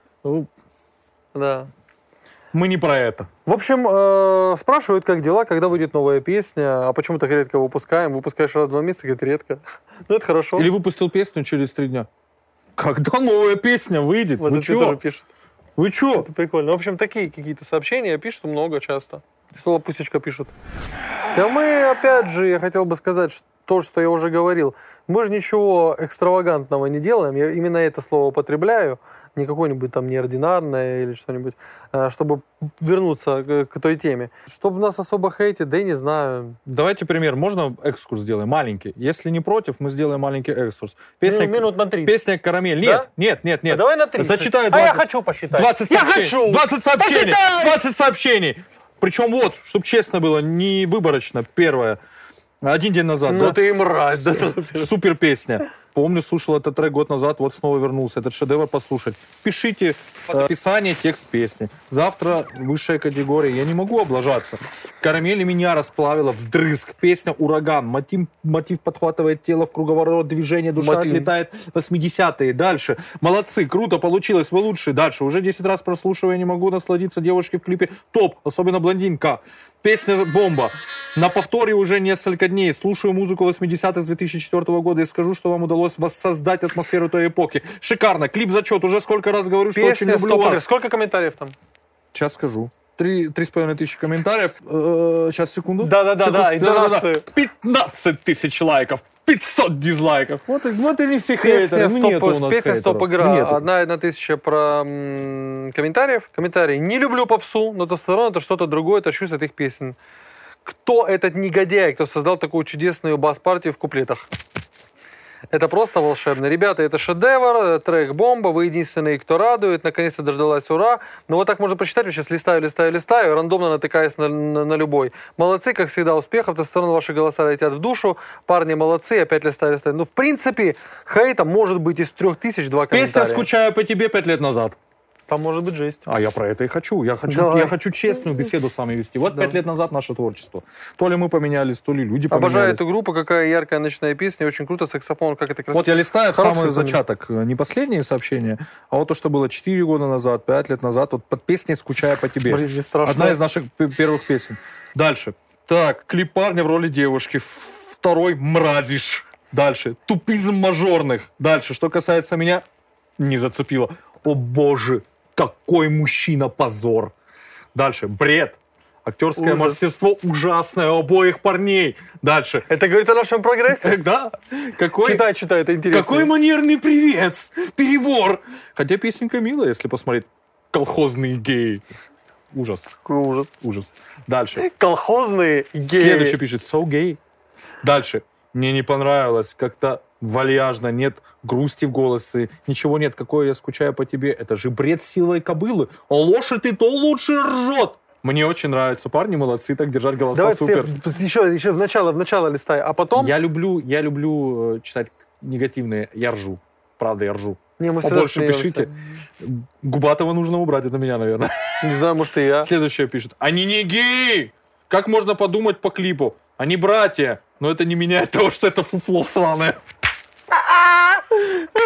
Да. Мы не про это. В общем, спрашивают, как дела, когда выйдет новая песня, а почему так редко выпускаем? Выпускаешь раз в 2 месяца, говорит, редко. Ну, это хорошо. Или выпустил песню через 3 дня. Когда новая песня выйдет? Вот Вы это чё? тоже пишет. Вы чё? Это прикольно. В общем, такие какие-то сообщения пишут много часто. Что лопусечка пишут. Да мы, опять же, я хотел бы сказать, то, что я уже говорил. Мы же ничего экстравагантного не делаем. Я именно это слово употребляю. Не какое-нибудь там неординарное или что-нибудь. Чтобы вернуться к той теме. Чтобы нас особо хейтить, да я не знаю. Давайте пример. Можно экскурс сделаем? Маленький. Если не против, мы сделаем маленький экскурс. Песня, Минут на 30. Песня «Карамель». Да? Нет. А давай на 30. Зачитаю А я 20, хочу посчитать. 20 Я сообщений. хочу. 20 сообщений. Посчитай. 20 сообщений. Причем вот, чтобы честно было, не выборочно. Первое. 1 день назад, Ну да? ты и мразь. Да? Супер песня. Помню, слушал этот трек год назад, вот снова вернулся. Этот шедевр послушать. Пишите в описании текст песни. Завтра высшая категория. Я не могу облажаться. «Карамель» меня расплавила вдрызг. Песня «Ураган». Мотив подхватывает тело в круговорот движения. Душа отлетает в 80-е. Дальше. Молодцы, круто получилось. Вы лучшие. Дальше. Уже 10 раз прослушивая, не могу насладиться. Девушки в клипе топ. Особенно блондинка. Песня «Бомба». На повторе уже несколько дней. Слушаю музыку 80-х с 2004 года и скажу, что вам удалось воссоздать атмосферу той эпохи. Шикарно. Клип зачет. Уже сколько раз говорю, что очень люблю вас. Сколько комментариев там? Сейчас скажу. 3,5 тысячи комментариев. Сейчас, секунду. Да, интонацию. 15 тысяч лайков. 500 дизлайков. Вот и не все Песня хейтеры. Нету у нас Песня хейтеров. «Стоп-игра». Нету. 1 тысяча про комментариев. Комментарий. Не люблю попсу, но тестостерон — это что-то другое, тащусь от их песен. Кто этот негодяй, кто создал такую чудесную бас-партию в куплетах? Это просто волшебно. Ребята, это шедевр, трек «Бомба», вы единственные, кто радует, наконец-то дождалась, ура. Но вот так можно прочитать, я сейчас листаю, рандомно натыкаясь на любой. Молодцы, как всегда, успехов, тестостерон, ваши голоса летят в душу, парни молодцы, опять листаю. Ну, в принципе, хейта может быть из 3000 2 комментария. Песня «Скучаю по тебе» 5 лет назад. Там может быть жесть. А я про это и хочу. Я хочу честную беседу с вами вести. Вот 5 лет назад наше творчество. То ли мы поменялись, то ли люди поменялись. Обожаю эту группу, какая яркая ночная песня, очень круто, саксофон, как это красиво. Вот я листаю в самый Хороший зачаток, не последние сообщения, а вот то, что было 4 года назад, 5 лет назад, вот под песней «Скучаю по тебе». Блин, мне страшно. Одна из наших первых песен. Дальше. Так, клип парня в роли девушки. Второй «Мразишь». Дальше. Тупизм мажорных. Дальше. Что касается меня, не зацепило. О боже, какой мужчина позор. Дальше. Бред. Актерское Ужас. мастерство ужасное у обоих парней. Дальше. Это говорит о нашем прогрессе? Да. Какой... Читай, это интересно. Какой манерный привет! Перебор! Хотя песенка милая, если посмотреть. Колхозные геи. Ужас. Какой ужас. Ужас. Дальше. Колхозные геи. Следующий пишет so gay. Дальше. Мне не понравилось. Как-то вальяжно. Нет грусти в голосе. Ничего нет. Какое я скучаю по тебе. Это же бред силой кобылы. А лошадь и то лучше ржет. Мне очень нравится. Парни молодцы. Так держать голоса. Давай супер. еще в начало листай, а потом... Я люблю читать негативные. Я ржу. Правда, я ржу. Не, мы всегда Побольше смеемся. пишите. Губатова нужно убрать, это меня, наверное. Не знаю, может и я. Следующее пишет. Они не геи! Как можно подумать по клипу? Они братья. Но это не меняет того, что это фуфло сраное.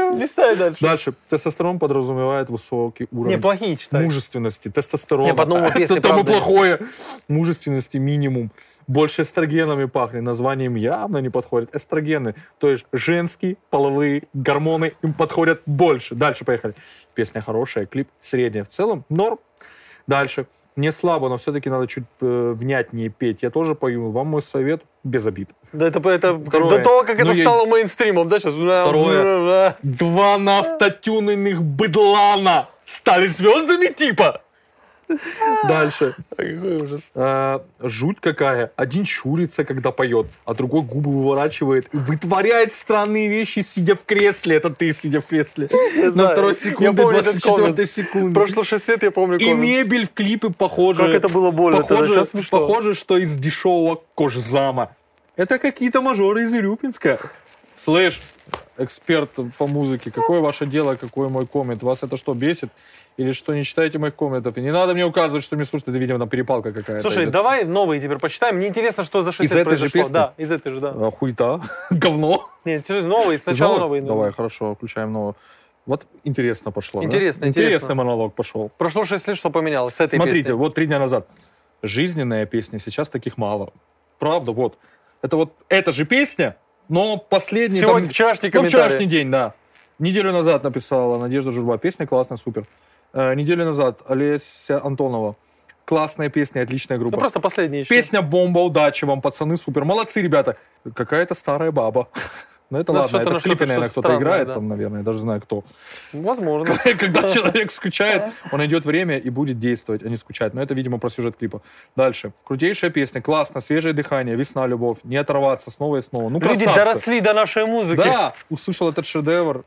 Листай дальше. Дальше. Тестостерон подразумевает высокий уровень Плохие читай. мужественности. Тестостерона. По одному песне, Это там и правда. плохое. Мужественности минимум. Больше эстрогенами пахнет. Названием явно не подходит. Эстрогены. То есть женские половые гормоны им подходят больше. Дальше поехали. Песня хорошая, клип средняя. В целом норм. Дальше. Не слабо, но все-таки надо чуть внятнее петь. Я тоже пою. Вам мой совет без обид. Да это Второе. до того, как Ну, это стало мейнстримом, да, сейчас? Второе. 2 нафтотюненных быдлана стали звездами типа. Дальше. Какой ужас. Жуть какая. Один чурится, когда поет, а другой губы выворачивает и вытворяет странные вещи, сидя в кресле. Это ты, сидя в кресле. На знаю. второй Я секунде, помню этот 24 коммент. секунды. Прошло 6 лет, я помню И коммент. мебель в клипе похожа. Как это было больно, это Похоже, сейчас смешно. похоже, что из дешевого кожзама. Это какие-то мажоры из Ирюпинска. Слышь, эксперт по музыке, какое ваше дело, какой мой коммент? Вас это что, бесит? Или что, не читаете моих комментов? И не надо мне указывать, что мне слушать. Это, видимо, там перепалка какая-то. Слушай, идет. давай новые теперь почитаем. Мне интересно, что за 6 Из лет этой же произошло. песни? Да, из этой же, да. Хуета, говно. Нет, новые, сначала новые. Давай, хорошо, включаем новую. Вот интересно пошло. Интересно, да? интересно. Интересный монолог пошел. Прошло 6 лет, что поменялось с этой Смотрите, песней? вот 3 дня назад. Жизненная песня, сейчас таких мало. Правда, вот. Это вот эта же песня, но последний... Сегодня, вчерашний Ну, комментарий. вчерашний день, да. Неделю назад написала Надежда Журба. Песня классная, супер. Неделю назад Олеся Антонова. Классная песня, отличная группа. Ну, просто последний еще. Песня «Бомба», удачи вам, пацаны, супер. Молодцы, ребята. Какая-то старая баба. Ну, это Ну, ладно, что-то это на в клипе, что-то наверное, кто-то странное, играет, да. там, наверное, я даже знаю, кто. Возможно. Когда человек скучает, он найдет время и будет действовать, а не скучать. Но это, видимо, про сюжет клипа. Дальше. Крутейшая песня, классно, свежее дыхание, весна, любовь, не оторваться снова и снова. Ну, Люди красавцы. доросли до нашей музыки. Да, услышал этот шедевр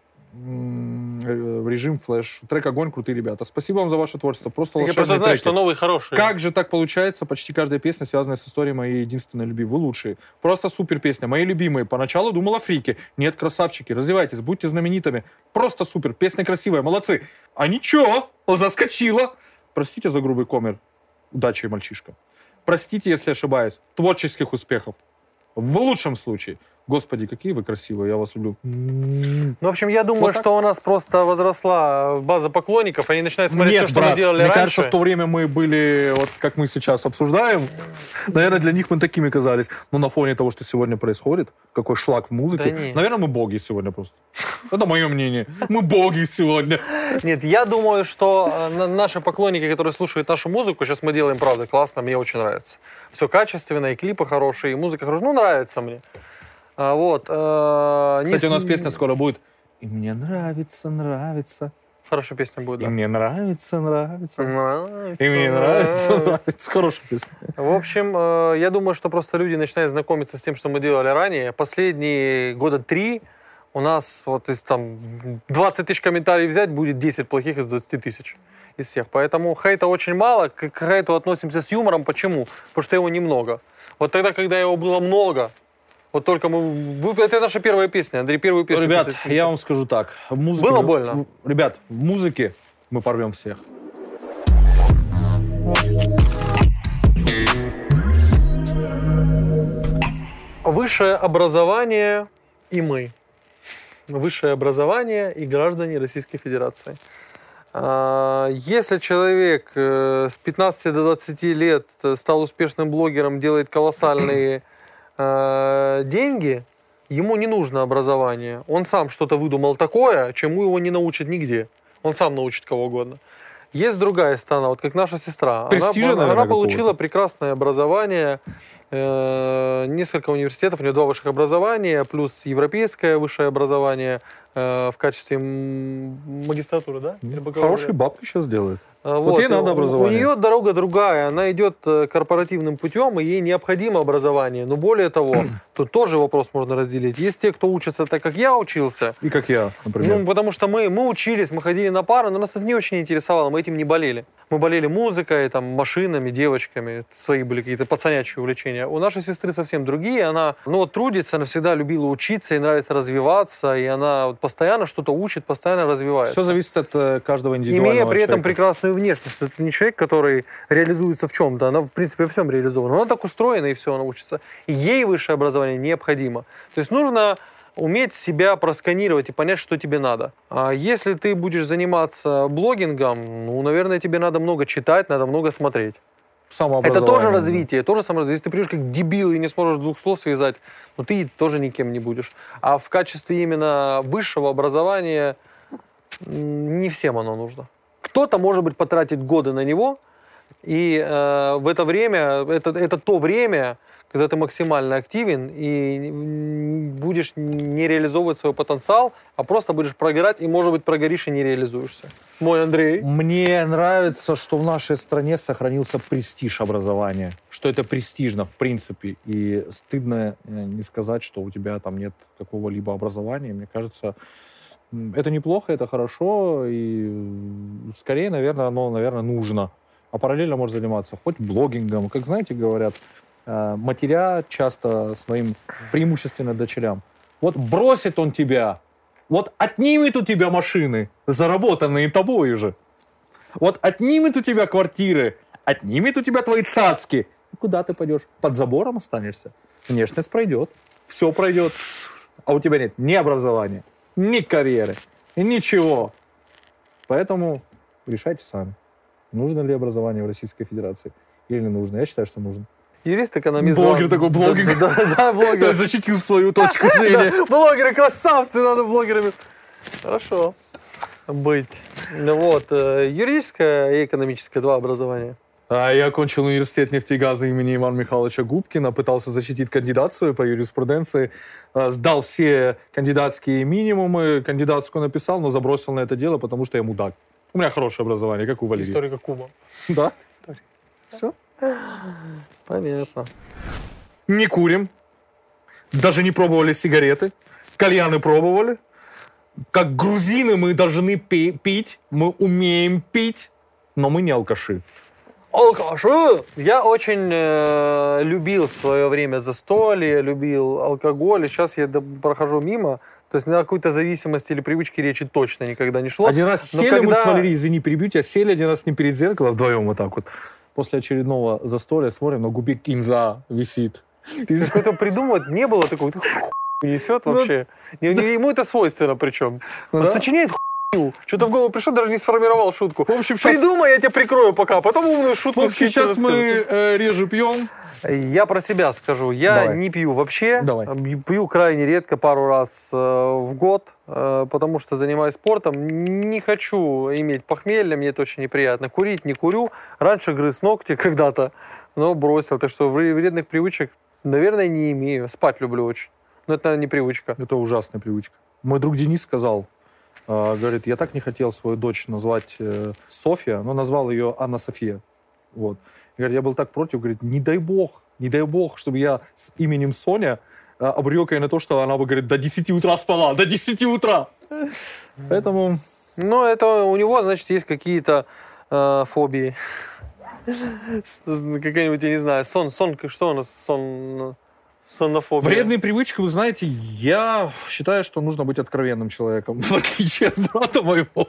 в режим флеш. Трек «Огонь», крутые ребята. Спасибо вам за ваше творчество. Просто Я волшебные просто знаю, треки. что новые хорошие. Как же так получается? Почти каждая песня, связанная с историей моей единственной любви. Вы лучшие. Просто супер песня. Мои любимые. Поначалу думал о фрике. Нет, красавчики. Развивайтесь, будьте знаменитыми. Просто супер. Песня красивая. Молодцы. А ничего, заскочила. Простите за грубый коммент. Удачи, мальчишка. Простите, если ошибаюсь. Творческих успехов. В лучшем случае. Господи, какие вы красивые, я вас люблю. Ну, в общем, я думаю, Вот так. что у нас просто возросла база поклонников, они начинают смотреть Нет, все, что брат, мы делали мне раньше. кажется, в то время мы были, вот как мы сейчас обсуждаем, наверное, для них мы такими казались. Но на фоне того, что сегодня происходит, какой шлак в музыке, Да нет. наверное, мы боги сегодня просто. Это мое мнение. Мы боги сегодня. Нет, я думаю, что наши поклонники, которые слушают нашу музыку, сейчас мы делаем, правда, классно, мне очень нравится. Все качественно, и клипы хорошие, и музыка хорошая. Ну, нравится мне. Вот. Кстати, у нас песня скоро будет. И мне нравится, нравится. Хорошая песня будет, И да. мне нравится, нравится. Нравится, И мне нравится, нравится. Хорошая песня. В общем, я думаю, что просто люди начинают знакомиться с тем, что мы делали ранее. Последние года 3 у нас, вот из там 20 тысяч комментариев взять, будет 10 плохих из 20 тысяч. Из всех. Поэтому хейта очень мало. К хейту относимся с юмором. Почему? Потому что его немного. Вот тогда, когда его было много, вот только это наша первая песня, Андрей, первую песню. Ребят, я вам скажу так. В музыке Было больно? Ребят, в музыке мы порвем всех. Высшее образование и мы. Высшее образование и граждане Российской Федерации. Если человек с 15 до 20 лет стал успешным блогером, делает колоссальные деньги, ему не нужно образование. Он сам что-то выдумал такое, чему его не научат нигде. Он сам научит кого угодно. Есть другая сторона, вот как наша сестра. Престижа, Она наверное, получила какого-то. прекрасное образование, несколько университетов, у нее 2 высших образования, плюс европейское высшее образование в качестве магистратуры, да? Или бакалавриата? Хорошие бабки сейчас делают. Вот. ей надо образование. У нее дорога другая, она идет корпоративным путем, и ей необходимо образование. Но более того, тут тоже вопрос можно разделить. Есть те, кто учится так, как я учился. И как я, например. Ну, потому что мы учились, мы ходили на пары, но нас это не очень интересовало, мы этим не болели. Мы болели музыкой, там, машинами, девочками, свои были какие-то пацанячьи увлечения. У нашей сестры совсем другие, она трудится, она всегда любила учиться, ей нравится развиваться, и она вот постоянно что-то учит, постоянно развивается. Все зависит от каждого индивидуального Имея при этом человека. прекрасную внешность. Это не человек, который реализуется в чем-то. Она, в принципе, во всем реализована. Она так устроена, и все, она учится. И ей высшее образование необходимо. То есть нужно уметь себя просканировать и понять, что тебе надо. А если ты будешь заниматься блогингом, ну, наверное, тебе надо много читать, надо много смотреть. Это тоже развитие, тоже саморазвитие. Если ты придешь как дебил и не сможешь двух слов связать, ну, ты тоже никем не будешь. А в качестве именно высшего образования не всем оно нужно. Кто-то, может быть, потратит годы на него, и в это время, это то время, когда ты максимально активен и будешь не реализовывать свой потенциал, а просто будешь прогорать, и, может быть, прогоришь и не реализуешься. Мой Андрей. Мне нравится, что в нашей стране сохранился престиж образования, что это престижно, в принципе, и стыдно не сказать, что у тебя там нет какого-либо образования. Мне кажется, это неплохо, это хорошо, и скорее, наверное, оно, нужно. А параллельно можно заниматься хоть блогингом, как, знаете, говорят, матеря часто своим преимущественно дочерям. Вот бросит он тебя, вот отнимет у тебя машины, заработанные тобой же. Вот отнимет у тебя квартиры, отнимет у тебя твои цацки. И куда ты пойдешь? Под забором останешься? Внешность пройдет, все пройдет. А у тебя нет ни образования, ни карьеры, ничего. Поэтому решайте сами, нужно ли образование в Российской Федерации или не нужно. Я считаю, что нужно. Юрист, экономист. Блогер такой, блогер. Да, блогер. То есть защитил свою точку зрения. Блогеры, красавцы, надо блогерами. Хорошо быть. Вот, юридическое и экономическое, 2 образования. Я окончил университет нефтегаза имени Ивана Михайловича Губкина, пытался защитить кандидатскую по юриспруденции, сдал все кандидатские минимумы, кандидатскую написал, но забросил на это дело, потому что я мудак. У меня хорошее образование, как у Валерии. Историка Куба. Да. Все. Понятно. Не курим. Даже не пробовали сигареты. Кальяны пробовали. Как грузины мы должны пить. Мы умеем пить, но мы не алкаши. Алкаши! Я очень любил в свое время застолье, любил алкоголь. И сейчас я прохожу мимо. То есть на какой-то зависимости или привычке речи точно никогда не шло. Один раз сели мы с Валерией, извини, перебью тебя, сели один раз не перед зеркалом вдвоем вот так вот. После очередного застолья смотрим, на губе кинза висит. Какой-то придумывать не было такого, несет вообще. Ему это свойственно причем. Он сочиняет хуйню. Что-то в голову пришло, даже не сформировал шутку. В общем, придумай, я тебя прикрою пока, потом умную шутку. В общем, сейчас мы реже пьем. Я про себя скажу. Я не пью вообще. Пью крайне редко, пару раз в год, потому что занимаюсь спортом. Не хочу иметь похмелье, мне это очень неприятно. Курить не курю. Раньше грыз ногти когда-то, но бросил. Так что вредных привычек, наверное, не имею. Спать люблю очень. Но это, наверное, не привычка. Это ужасная привычка. Мой друг Денис сказал, говорит, я так не хотел свою дочь назвать Софья, но назвал ее Анна София. Вот. Говорит, я был так против, говорит, не дай бог, чтобы я с именем Соня обрек ее на то, что она бы, говорит, до 10 утра спала, до 10 утра. Поэтому... Ну, это у него, значит, есть какие-то фобии. Какая-нибудь, я не знаю, сон, что у нас, соннофобия. Вредные привычки, вы знаете, я считаю, что нужно быть откровенным человеком, в отличие от брата моего.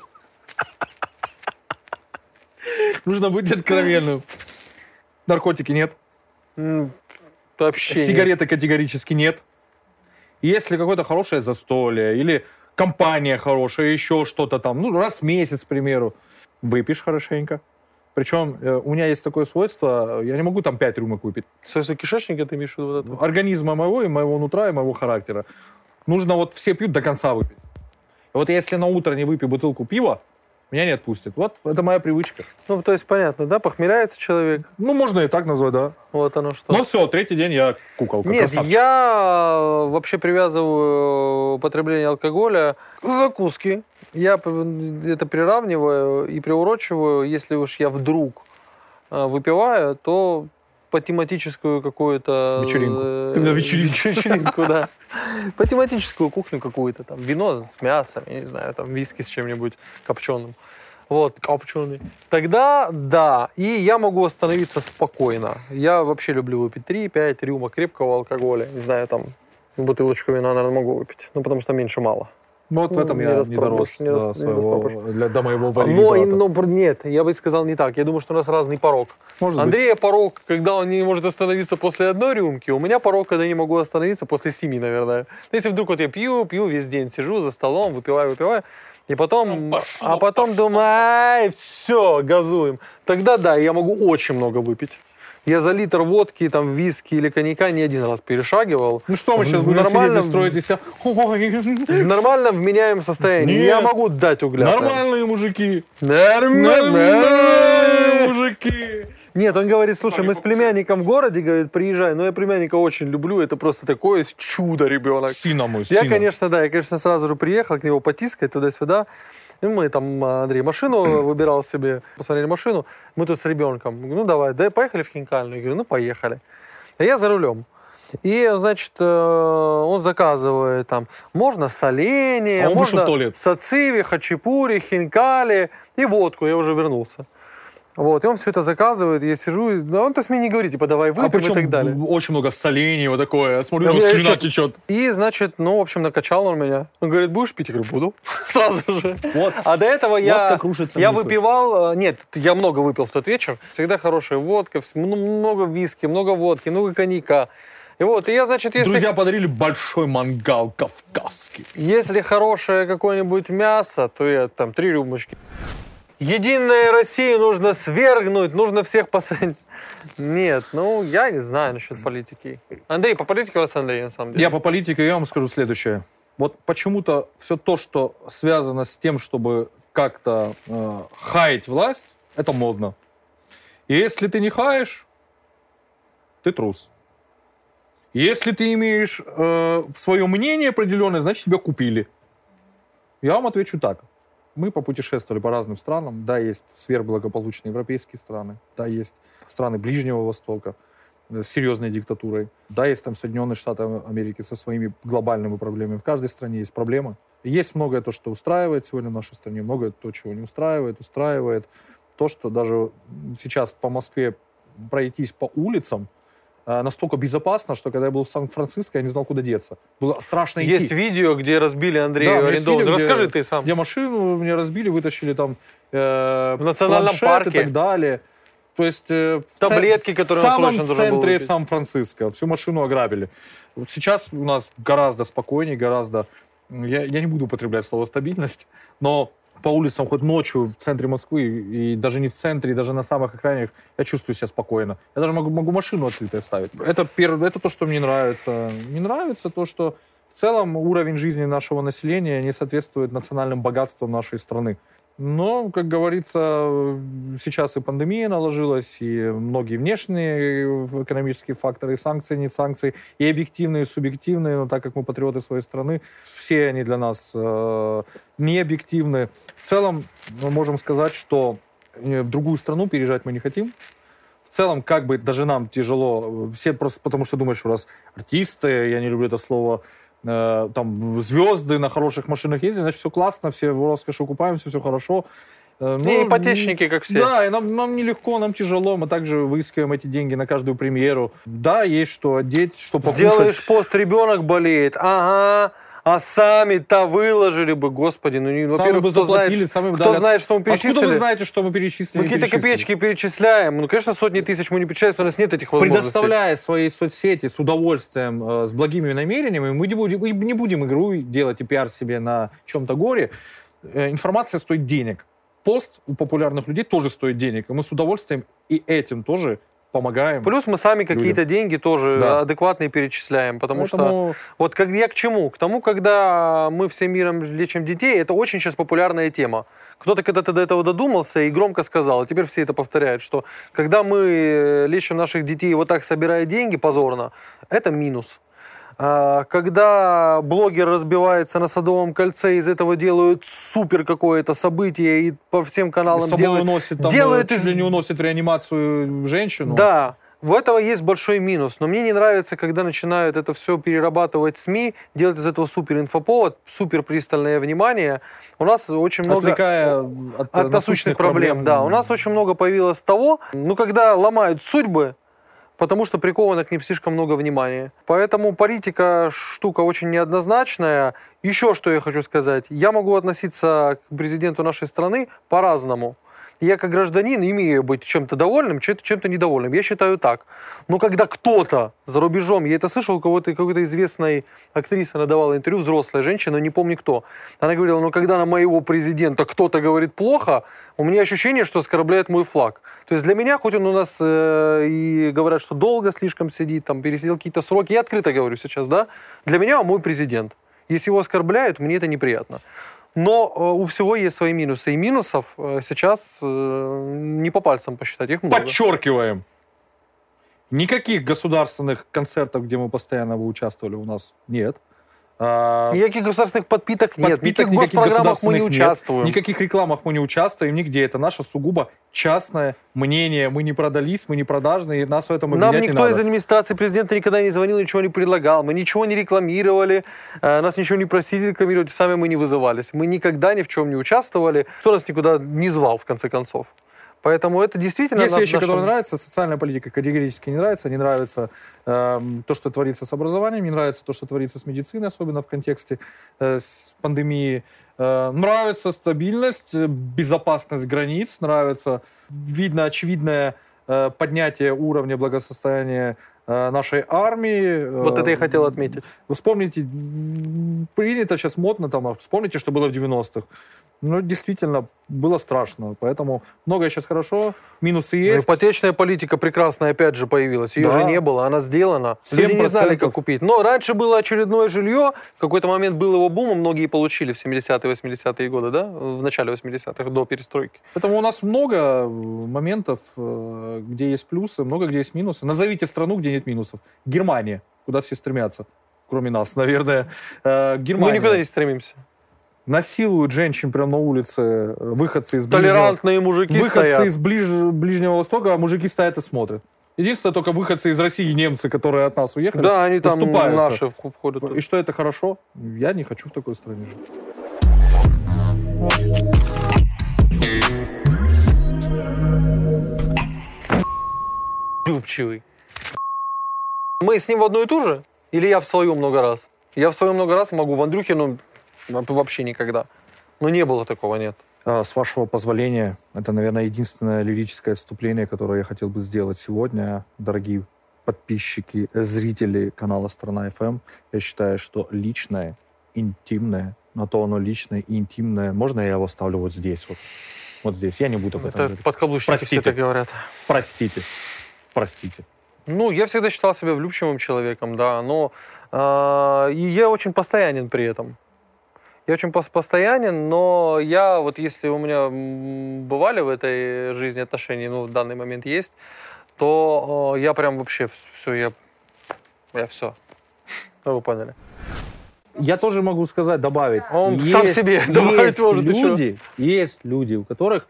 Нужно быть откровенным. Наркотики нет. Вообще сигареты категорически нет. Если какое-то хорошее застолье или компания хорошая, еще что-то там, ну, раз в месяц, к примеру, выпьешь хорошенько. Причем у меня есть такое свойство, я не могу там 5 рюмок выпить. Свойство кишечника ты имеешь в виду? Вот это? Организма моего и моего нутра, и моего характера. Нужно вот все пьют до конца выпить. И вот если на утро не выпью бутылку пива, меня не отпустят. Вот это моя привычка. Ну, то есть, понятно, да? Похмеляется человек. Ну, можно и так назвать, да. Вот оно что. Но все, 3-й день я куколка. Нет, красавчик. я вообще привязываю употребление алкоголя к закуске. Я это приравниваю и приурочиваю. Если уж я вдруг выпиваю, то по тематическую какую-то... Вечеринку. Вечеринку, да. По тематическую кухню какую-то. Там вино с мясом, я не знаю, там виски с чем-нибудь копченым. Вот, копченый. Тогда, да, и я могу остановиться спокойно. Я вообще люблю выпить 3-5 рюмок крепкого алкоголя. Не знаю, там, бутылочку вина, наверное, могу выпить. Ну, потому что меньше мало. Вот в этом я не дорос до моего валидата. Нет, я бы сказал не так. Я думаю, что у нас разный порог. Андрея порог, когда он не может остановиться после одной рюмки. У меня порог, когда я не могу остановиться после 7, наверное. Если вдруг вот я пью весь день, сижу за столом, выпиваю. И потом, думаю, все, газуем. Тогда да, я могу очень много выпить. Я за литр водки, там, виски или коньяка не один раз перешагивал. Ну что мы сейчас будем сидеть и строить из себя? В нормальном вменяемом состоянии. Нет. Я могу дать угля. Нормальные мужики. Нормальные мужики. Нет, он говорит, слушай, мы с племянником в городе, говорит, приезжай. Но я племянника очень люблю, это просто такое чудо ребенок. Сына мой, Я, конечно, сразу же приехал к него потискать туда-сюда. И мы там, Андрей машину выбирал себе, посмотрели машину. Мы тут с ребенком. Ну, давай, поехали в Хинкальную. Я говорю, ну, поехали. А я за рулем. И, значит, он заказывает там, можно соленье, можно сациви, хачапури, хинкали и водку. Я уже вернулся. Вот, и он все это заказывает, я сижу, он то с мне не говорит, типа, давай выпьем и так далее. Очень много солений, вот такое, смотрю, слюна течет. И, значит, в общем, накачал он меня. Он говорит, будешь пить? Я говорю, буду. Сразу же. Вот. А до этого я выпивал, нет, я много выпил в тот вечер. Всегда хорошая водка, много виски, много водки, много коньяка. И вот, и я, значит, если... Друзья подарили большой мангал кавказский. Если хорошее какое-нибудь мясо, то я там 3 рюмочки. Единая Россия нужно свергнуть, нужно всех посадить. Нет, я не знаю насчет политики. Андрей, по политике у вас Андрей, на самом деле. Я по политике, я вам скажу следующее. Вот почему-то все то, что связано с тем, чтобы как-то хаять власть, это модно. И если ты не хаешь, ты трус. Если ты имеешь свое мнение определенное, значит, тебя купили. Я вам отвечу так. Мы попутешествовали по разным странам. Да, есть сверхблагополучные европейские страны. Да, есть страны Ближнего Востока с серьезной диктатурой. Да, есть там Соединенные Штаты Америки со своими глобальными проблемами. В каждой стране есть проблемы. Есть многое то, что устраивает сегодня в нашей стране, многое то, чего не устраивает. Устраивает то, что даже сейчас по Москве пройтись по улицам настолько безопасно, что когда я был в Сан-Франциско, я не знал, куда деться. Было страшно идти. Есть видео, где разбили Андрея арендованного. Расскажи ты сам. Где машину мне разбили, вытащили там в национальном парке и так далее. То есть таблетки, которые в самом центре Сан-Франциско. Всю машину ограбили. Вот сейчас у нас гораздо спокойнее, гораздо... Я не буду употреблять слово «стабильность», но по улицам хоть ночью в центре Москвы, и даже не в центре, и даже на самых окраинах, я чувствую себя спокойно. Я даже могу машину открытой оставить. Это то, что мне нравится. Не нравится то, что в целом уровень жизни нашего населения не соответствует национальным богатствам нашей страны. Но, как говорится, сейчас и пандемия наложилась, и многие внешние экономические факторы, и санкции, не санкции, и объективные, и субъективные, но так как мы патриоты своей страны, все они для нас не объективны. В целом, мы можем сказать, что в другую страну переезжать мы не хотим. В целом, как бы даже нам тяжело, все просто потому что думаешь, что у нас артисты, я не люблю это слово, там звезды на хороших машинах ездят, значит, все классно, все в роскоши купаемся, все хорошо. И ипотечники, как все. Да, и нам нелегко, нам тяжело, мы также выискиваем эти деньги на каждую премьеру. Да, есть что одеть, что покушать. Сделаешь пост, ребенок болеет, ага, а сами-то выложили бы, господи, во-первых, бы заплатили, кто знает, что мы перечислили. Откуда вы знаете, что мы перечислили? Мы какие-то копеечки перечисляем. Конечно, сотни тысяч мы не перечисляем, у нас нет этих возможностей. Предоставляя свои соцсети с удовольствием, с благими намерениями, мы не будем игру делать и пиар себе на чем-то горе. Информация стоит денег. Пост у популярных людей тоже стоит денег. И мы с удовольствием и этим тоже помогаем. Плюс мы сами какие-то деньги тоже адекватные перечисляем, потому что вот я к чему? К тому, когда мы всем миром лечим детей, это очень сейчас популярная тема. Кто-то когда-то до этого додумался и громко сказал, а теперь все это повторяют, что когда мы лечим наших детей вот так, собирая деньги позорно, это минус. Когда блогер разбивается на Садовом кольце, из этого делают супер какое-то событие и по всем каналам чуть ли не уносит в реанимацию женщину. Да, в этого есть большой минус. Но мне не нравится, когда начинают это все перерабатывать СМИ, делать из этого супер инфоповод, супер пристальное внимание. У нас очень много... Отвлекая от насущных проблем. Да, у нас очень много появилось того, когда ломают судьбы, потому что приковано к ним слишком много внимания. Поэтому политика штука очень неоднозначная. Еще что я хочу сказать. Я могу относиться к президенту нашей страны по-разному. Я как гражданин имею быть чем-то довольным, чем-то недовольным. Я считаю так. Но когда кто-то за рубежом, я это слышал, у какой-то известной актрисы, она давала интервью, взрослая женщина, не помню кто. Она говорила, но когда на моего президента кто-то говорит плохо, у меня ощущение, что оскорбляет мой флаг. То есть для меня, хоть он у нас и говорят, что долго слишком сидит, там, пересидел какие-то сроки, я открыто говорю сейчас, да, для меня он мой президент. Если его оскорбляют, мне это неприятно. Но у всего есть свои минусы. И минусов сейчас не по пальцам посчитать. Их много. Подчеркиваем. Никаких государственных концертов, где мы постоянно бы участвовали, у нас нет. Никаких государственных подпиток нет. Никаких госпрограммах мы не участвуем. Нет. Никаких рекламах мы не участвуем нигде. Это наше сугубо частное мнение. Мы не продались, мы не продажные, и нас в этом обвинять не надо. Нам никто из администрации президента никогда не звонил, ничего не предлагал. Мы ничего не рекламировали, нас ничего не просили рекламировать, и сами мы не вызывались. Мы никогда ни в чем не участвовали. Кто нас никуда не звал, в конце концов. Поэтому это действительно... Есть вещи, которые нравятся. Социальная политика категорически не нравится. Не нравится то, что творится с образованием. Не нравится то, что творится с медициной, особенно в контексте с пандемии. Нравится стабильность, безопасность границ. Нравится, видно, очевидное поднятие уровня благосостояния нашей армии. Вот это я хотел отметить. Вы вспомните, принято сейчас модно, там, вспомните, что было в 90-х. Ну, действительно, было страшно. Поэтому многое сейчас хорошо, минусы есть. Ипотечная политика прекрасная опять же появилась. Ее же не было, она сделана. Люди не знали, как купить. Но раньше было очередное жилье, в какой-то момент был его бум, многие получили в 70-е, 80-е годы, да? В начале 80-х, до перестройки. Поэтому у нас много моментов, где есть плюсы, много где есть минусы. Назовите страну, где нет минусов. Германия, куда все стремятся, кроме нас, наверное. Германия. Мы никуда не стремимся. Насилуют женщин прямо на улице, выходцы из толерантные мужики выходцы из Ближнего Востока, а мужики стоят и смотрят. Единственное, только выходцы из России, немцы, которые от нас уехали, да, они там наши входят. И что это хорошо? Я не хочу в такой стране жить. Любчивый. Мы с ним в одну и ту же? Или я в свою много раз? Я в свою много раз могу, в Андрюхе, вообще никогда. Но не было такого, нет. С вашего позволения, это, наверное, единственное лирическое отступление, которое я хотел бы сделать сегодня, дорогие подписчики, зрители канала «Страна ФМ». Я считаю, что личное, интимное, на то оно личное и интимное. Можно я его ставлю вот здесь? Вот здесь. Я не буду об этом говорить. Подкаблучники все так говорят. Простите. Ну, я всегда считал себя влюбчивым человеком, да, но и я очень постоянен при этом. Я очень постоянен, но я вот если у меня бывали в этой жизни отношения, в данный момент есть, то я прям вообще все, я все. Ну, вы поняли. Я тоже могу сказать, добавить. Он сам себе добавить может. Есть люди, у которых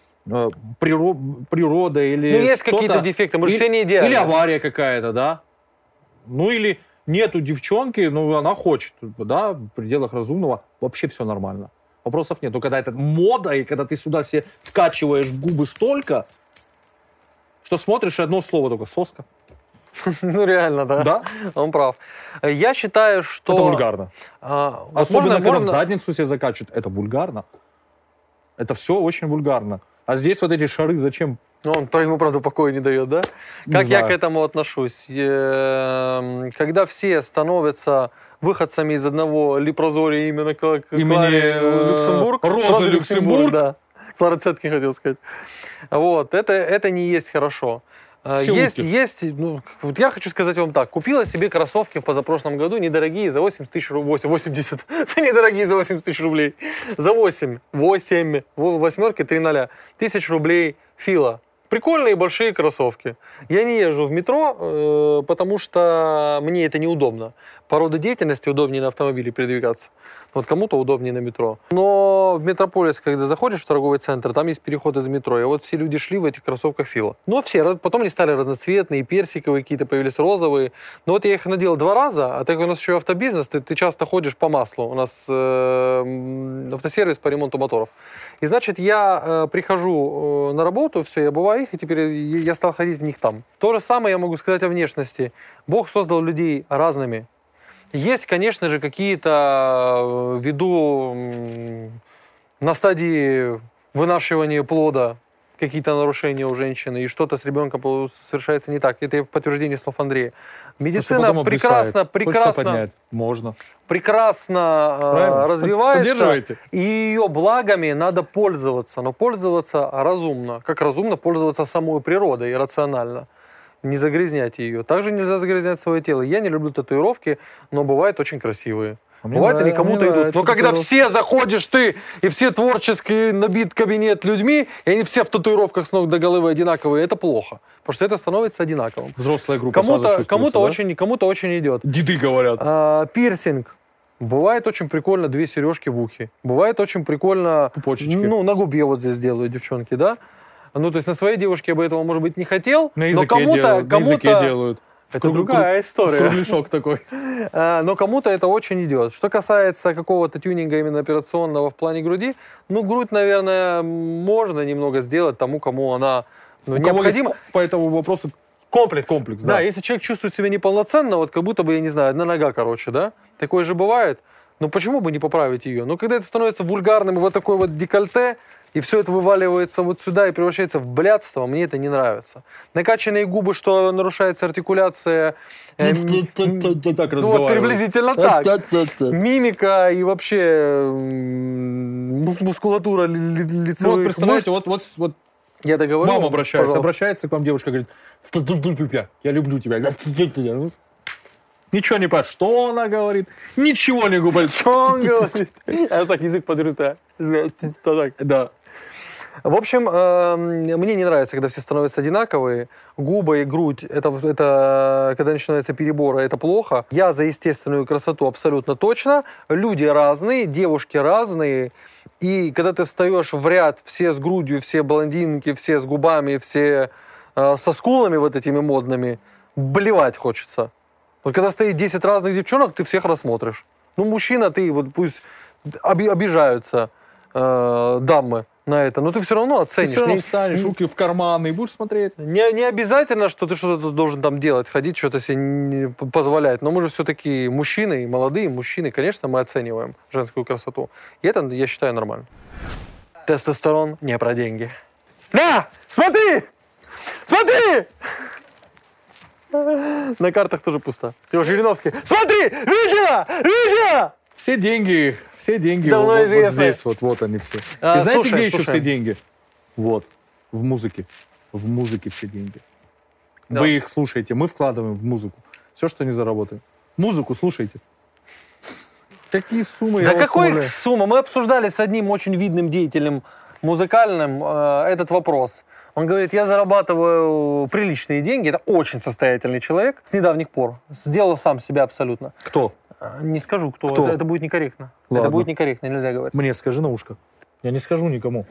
природа или есть какие-то дефекты, мы же все не идеальны. Или авария какая-то, да? Или нету девчонки, она хочет, да, в пределах разумного, вообще все нормально. Вопросов нет. Но когда это мода, и когда ты сюда себе вкачиваешь в губы столько, что смотришь, и одно слово только — соска. Ну, реально, да. Да? Он прав. Я считаю, что... Это вульгарно. Особенно, когда в задницу себе закачивают. Это вульгарно. Это все очень вульгарно. А здесь вот эти шары зачем? Он ему, правда, покоя не дает, да? Как я к этому отношусь? Когда все становятся выходцами из одного лепрозория именно имени Люксембург. Роза Люксембург. Да. Клара Цеткин хотел сказать. Вот. Это не есть хорошо. Есть, вот я хочу сказать вам так. Купила себе кроссовки в позапрошлом году недорогие за 80 тысяч рублей. 80. Недорогие за 80 тысяч рублей. За 8. Восьмерки 3 тысяч рублей Фила. Прикольные большие кроссовки. Я не езжу в метро, потому что мне это неудобно. По роду деятельности удобнее на автомобиле передвигаться. Вот кому-то удобнее на метро. Но в Метрополис, когда заходишь в торговый центр, там есть переход из метро. И вот все люди шли в этих кроссовках Фила. Но все. Потом они стали разноцветные, персиковые, какие-то появились розовые. Но вот я их надел 2 раза, а так как у нас еще автобизнес, ты часто ходишь по маслу. У нас автосервис по ремонту моторов. И значит, я прихожу на работу, все, я обуваю моих, и теперь я стал ходить в них там. То же самое я могу сказать о внешности. Бог создал людей разными. Есть, конечно же, какие-то ввиду на стадии вынашивания плода какие-то нарушения у женщины, и что-то с ребенком совершается не так. Это подтверждение слов Андрея. Медицина прекрасно поднять. Можно. Прекрасно развивается, и ее благами надо пользоваться, но пользоваться разумно. Как разумно пользоваться самой природой и рационально. Не загрязнять ее. Также нельзя загрязнять свое тело. Я не люблю татуировки, но бывают очень красивые. Бывает, они кому-то идут. Но когда все заходишь ты, и все творчески набит кабинет людьми, и они все в татуировках с ног до головы одинаковые, это плохо. Потому что это становится одинаковым. Взрослая группа кому-то очень идет. Деды говорят. Пирсинг. Бывает очень прикольно 2 сережки в ухе. Бывает очень прикольно... Пупочечки. Ну, на губе вот здесь делают девчонки, да? Ну, то есть на своей девушке я бы этого, может быть, не хотел. На языке делают. Это другая история. Кругляшок такой. Но кому-то это очень идет. Что касается какого-то тюнинга именно операционного в плане груди, ну, грудь, наверное, можно немного сделать тому, кому она необходима. По этому вопросу комплекс, да. Если человек чувствует себя неполноценно, вот как будто бы, я не знаю, одна нога, короче, да? Такое же бывает. Но почему бы не поправить ее? Но когда это становится вульгарным, вот такой вот декольте, и все это вываливается вот сюда и превращается в блядство, мне это не нравится. Накачанные губы, что нарушается артикуляция. Так вот приблизительно так. Мимика и вообще мускулатура лицевых мышц. Вот представляете, вот я договорю. Мама обращается к вам, девушка говорит, я люблю тебя. Ничего не понимает, что она говорит, ничего не говорит. Что он говорит? Это так, язык подрыта. Да. В общем, мне не нравится, когда все становятся одинаковые. Губы и грудь, это когда начинается перебор, это плохо. Я за естественную красоту абсолютно точно. Люди разные, девушки разные. И когда ты встаешь в ряд, все с грудью, все блондинки, все с губами, все со скулами вот этими модными, блевать хочется. Вот когда стоит 10 разных девчонок, ты всех рассмотришь. Ну, мужчина, ты вот пусть обижаются дамы на это, но ты все равно оценишь. Ты все равно встанешь, руки в карманы и будешь смотреть. Не обязательно, что ты что-то должен там делать, ходить, что-то себе не позволять. Но мы же все-таки мужчины, молодые мужчины, конечно, мы оцениваем женскую красоту. И это, я считаю, нормально. Тестостерон не про деньги. На! Смотри! Смотри! На картах тоже пусто. Жириновский. Смотри! Видео! Все деньги давно вот здесь, вот они все. И знаете, где еще все деньги? Вот, в музыке. В музыке все деньги. Да. Вы их слушаете, мы вкладываем в музыку. Все, что не заработаем. Музыку слушайте. Какие суммы? Да какой сумма? Мы обсуждали с одним очень видным деятелем музыкальным этот вопрос. Он говорит, я зарабатываю приличные деньги. Это очень состоятельный человек. С недавних пор. Сделал сам себя абсолютно. Кто? Не скажу, кто. Это будет некорректно. Ладно. Это будет некорректно, нельзя говорить. Мне скажи на ушко. Я не скажу никому.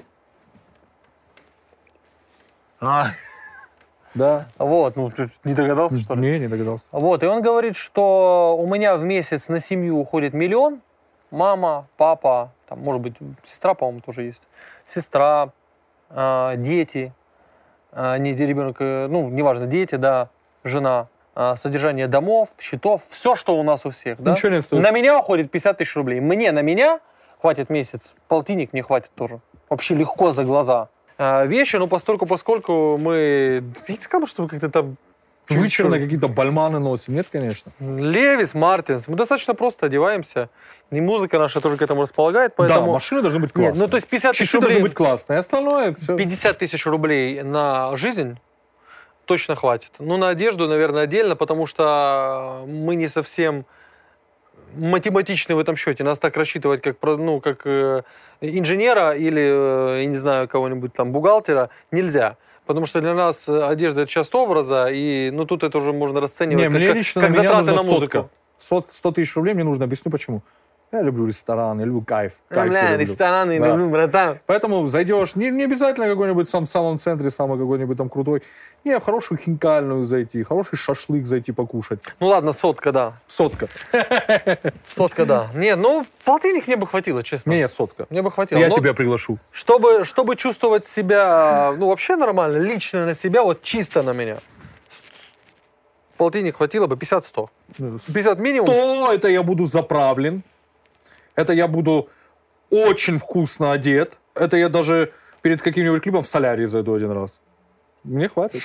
Да. Вот, ну, ты не догадался, что ли? Не догадался. Вот, и он говорит, что у меня в месяц на семью уходит 1 000 000. Мама, папа, там, может быть, сестра, по-моему, тоже есть. Сестра, дети, ребенок, ну, неважно, дети, да, жена. Содержание домов, счетов, все, что у нас у всех. Да? Ничего не стоит. На меня уходит 50 000 рублей. На меня хватит месяц, полтинник мне хватит тоже. Вообще легко за глаза. Вещи, ну, поскольку мы... Я не скажу, что мы как-то там... Вычурно какие-то бальманы носим. Нет, конечно. Левис, Мартинс. Мы достаточно просто одеваемся. И музыка наша тоже к этому располагает, поэтому... Да, машины должны быть классные. Нет, ну, то есть 50 000 рублей... должны быть классные, остальное... Все. 50 000 рублей на жизнь точно хватит. Ну, на одежду, наверное, отдельно, потому что мы не совсем математичны в этом счете. Нас так рассчитывать, как инженера или, я не знаю, кого-нибудь там, бухгалтера, нельзя. Потому что для нас одежда – это часть образа, и ну, тут это уже можно расценивать как затраты на музыку. 100 000 рублей мне нужно, объясню почему. Я люблю ресторан, я люблю кайф. Кайф я люблю. Рестораны Да. люблю, братан. Поэтому зайдешь, не обязательно какой-нибудь в самом центре, самый какой-нибудь там крутой. Не, в хорошую хинкальную зайти, хороший шашлык зайти покушать. Ну ладно, сотка, да. Сотка. Сотка, да. Не, ну, полтинник мне бы хватило, честно. Не, сотка. Мне бы хватило. Я Но тебя приглашу. чтобы чувствовать себя, ну, вообще нормально, лично на себя, вот чисто на меня. Полтинник хватило бы, 50-100. 50 минимум. То это я буду заправлен. Это я буду очень вкусно одет. Это я даже перед каким-нибудь клипом в солярий зайду один раз. Мне хватит.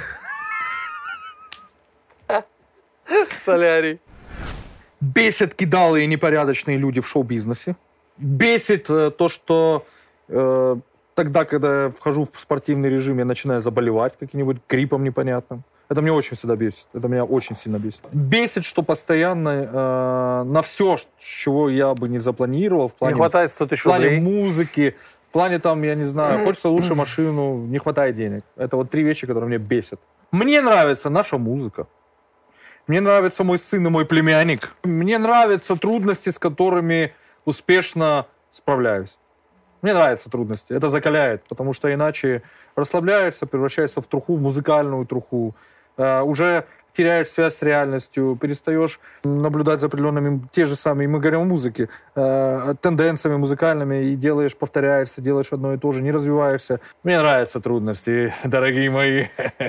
Солярий. Бесит кидалые и непорядочные люди в шоу-бизнесе. Бесит то, что тогда, когда я вхожу в спортивный режим, я начинаю заболевать каким-нибудь гриппом непонятным. Это меня очень всегда бесит. Это меня очень сильно бесит. Бесит, что постоянно на все, чего я бы не запланировал, в плане, Не хватает 100 тысяч в плане рублей. музыки, в плане там, я не знаю, хочется лучше машину, не хватает денег. Это вот 3 вещи, которые меня бесят. Мне нравится наша музыка. Мне нравится мой сын и мой племянник. Мне нравятся трудности, с которыми успешно справляюсь. Мне нравятся трудности. Это закаляет, потому что иначе расслабляешься, превращаешься в труху, в музыкальную труху. Уже теряешь связь с реальностью, перестаешь наблюдать за определенными, те же самые, мы говорим о музыке, тенденциями музыкальными, и повторяешься, делаешь одно и то же, не развиваешься. Мне нравятся трудности, дорогие мои.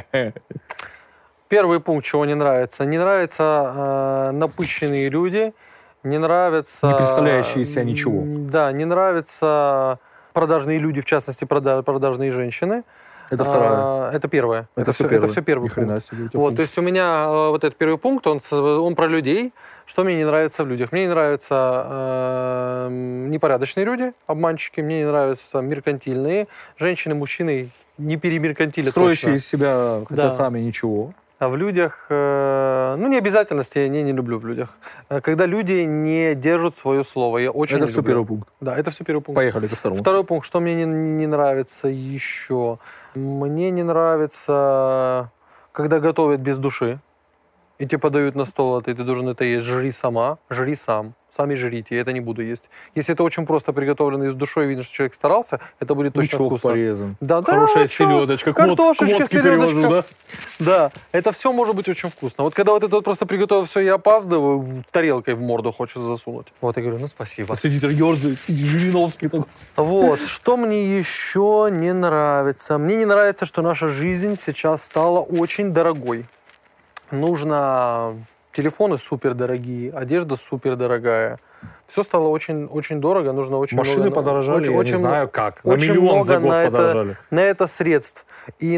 Первый пункт, чего не нравится. Не нравятся напыщенные люди, не нравятся... Не представляющие из себя ничего. Да, не нравятся продажные люди, в частности, продажные женщины. Это вторая. Это первое. Это все первый Ни хрена пункт. себе, у тебя Вот, пункт. то есть у меня вот этот первый пункт, он про людей. Что мне не нравится в людях? Мне не нравятся непорядочные люди, обманщики. Мне не нравятся меркантильные. Женщины, мужчины не перемеркантилят. Строящие точно. из себя, хотя Да. сами ничего. А в людях, ну, необязательности я не люблю в людях. Когда люди не держат свое слово, я очень Это не все люблю. первый пункт. Да, это все первый пункт. Поехали ко второму. Второй пункт, что мне не нравится еще. Мне не нравится, когда готовят без души. И тебе подают на стол, а ты должен это есть. Жри сама, жри сам. Сами жрите, я это не буду есть. Если это очень просто приготовлено и с душой, видно, что человек старался, это будет точно Лучок вкусно. порезан. Да, Хорошая чё? селедочка. Картошечка, Водки селедочка. перевожу, да? Да, это все может быть очень вкусно. Вот когда вот это вот просто приготовил все, я опаздываю, тарелкой в морду хочется засунуть. Вот я говорю, ну спасибо. Сидит ерзает, Жириновский такой. Вот, что мне еще не нравится? Мне не нравится, что наша жизнь сейчас стала очень дорогой. Нужно... Телефоны супер дорогие, одежда супер дорогая. Все стало очень, очень дорого, нужно очень Машины много... подорожали, я не знаю как. На очень миллион много за год на подорожали. на это средств. И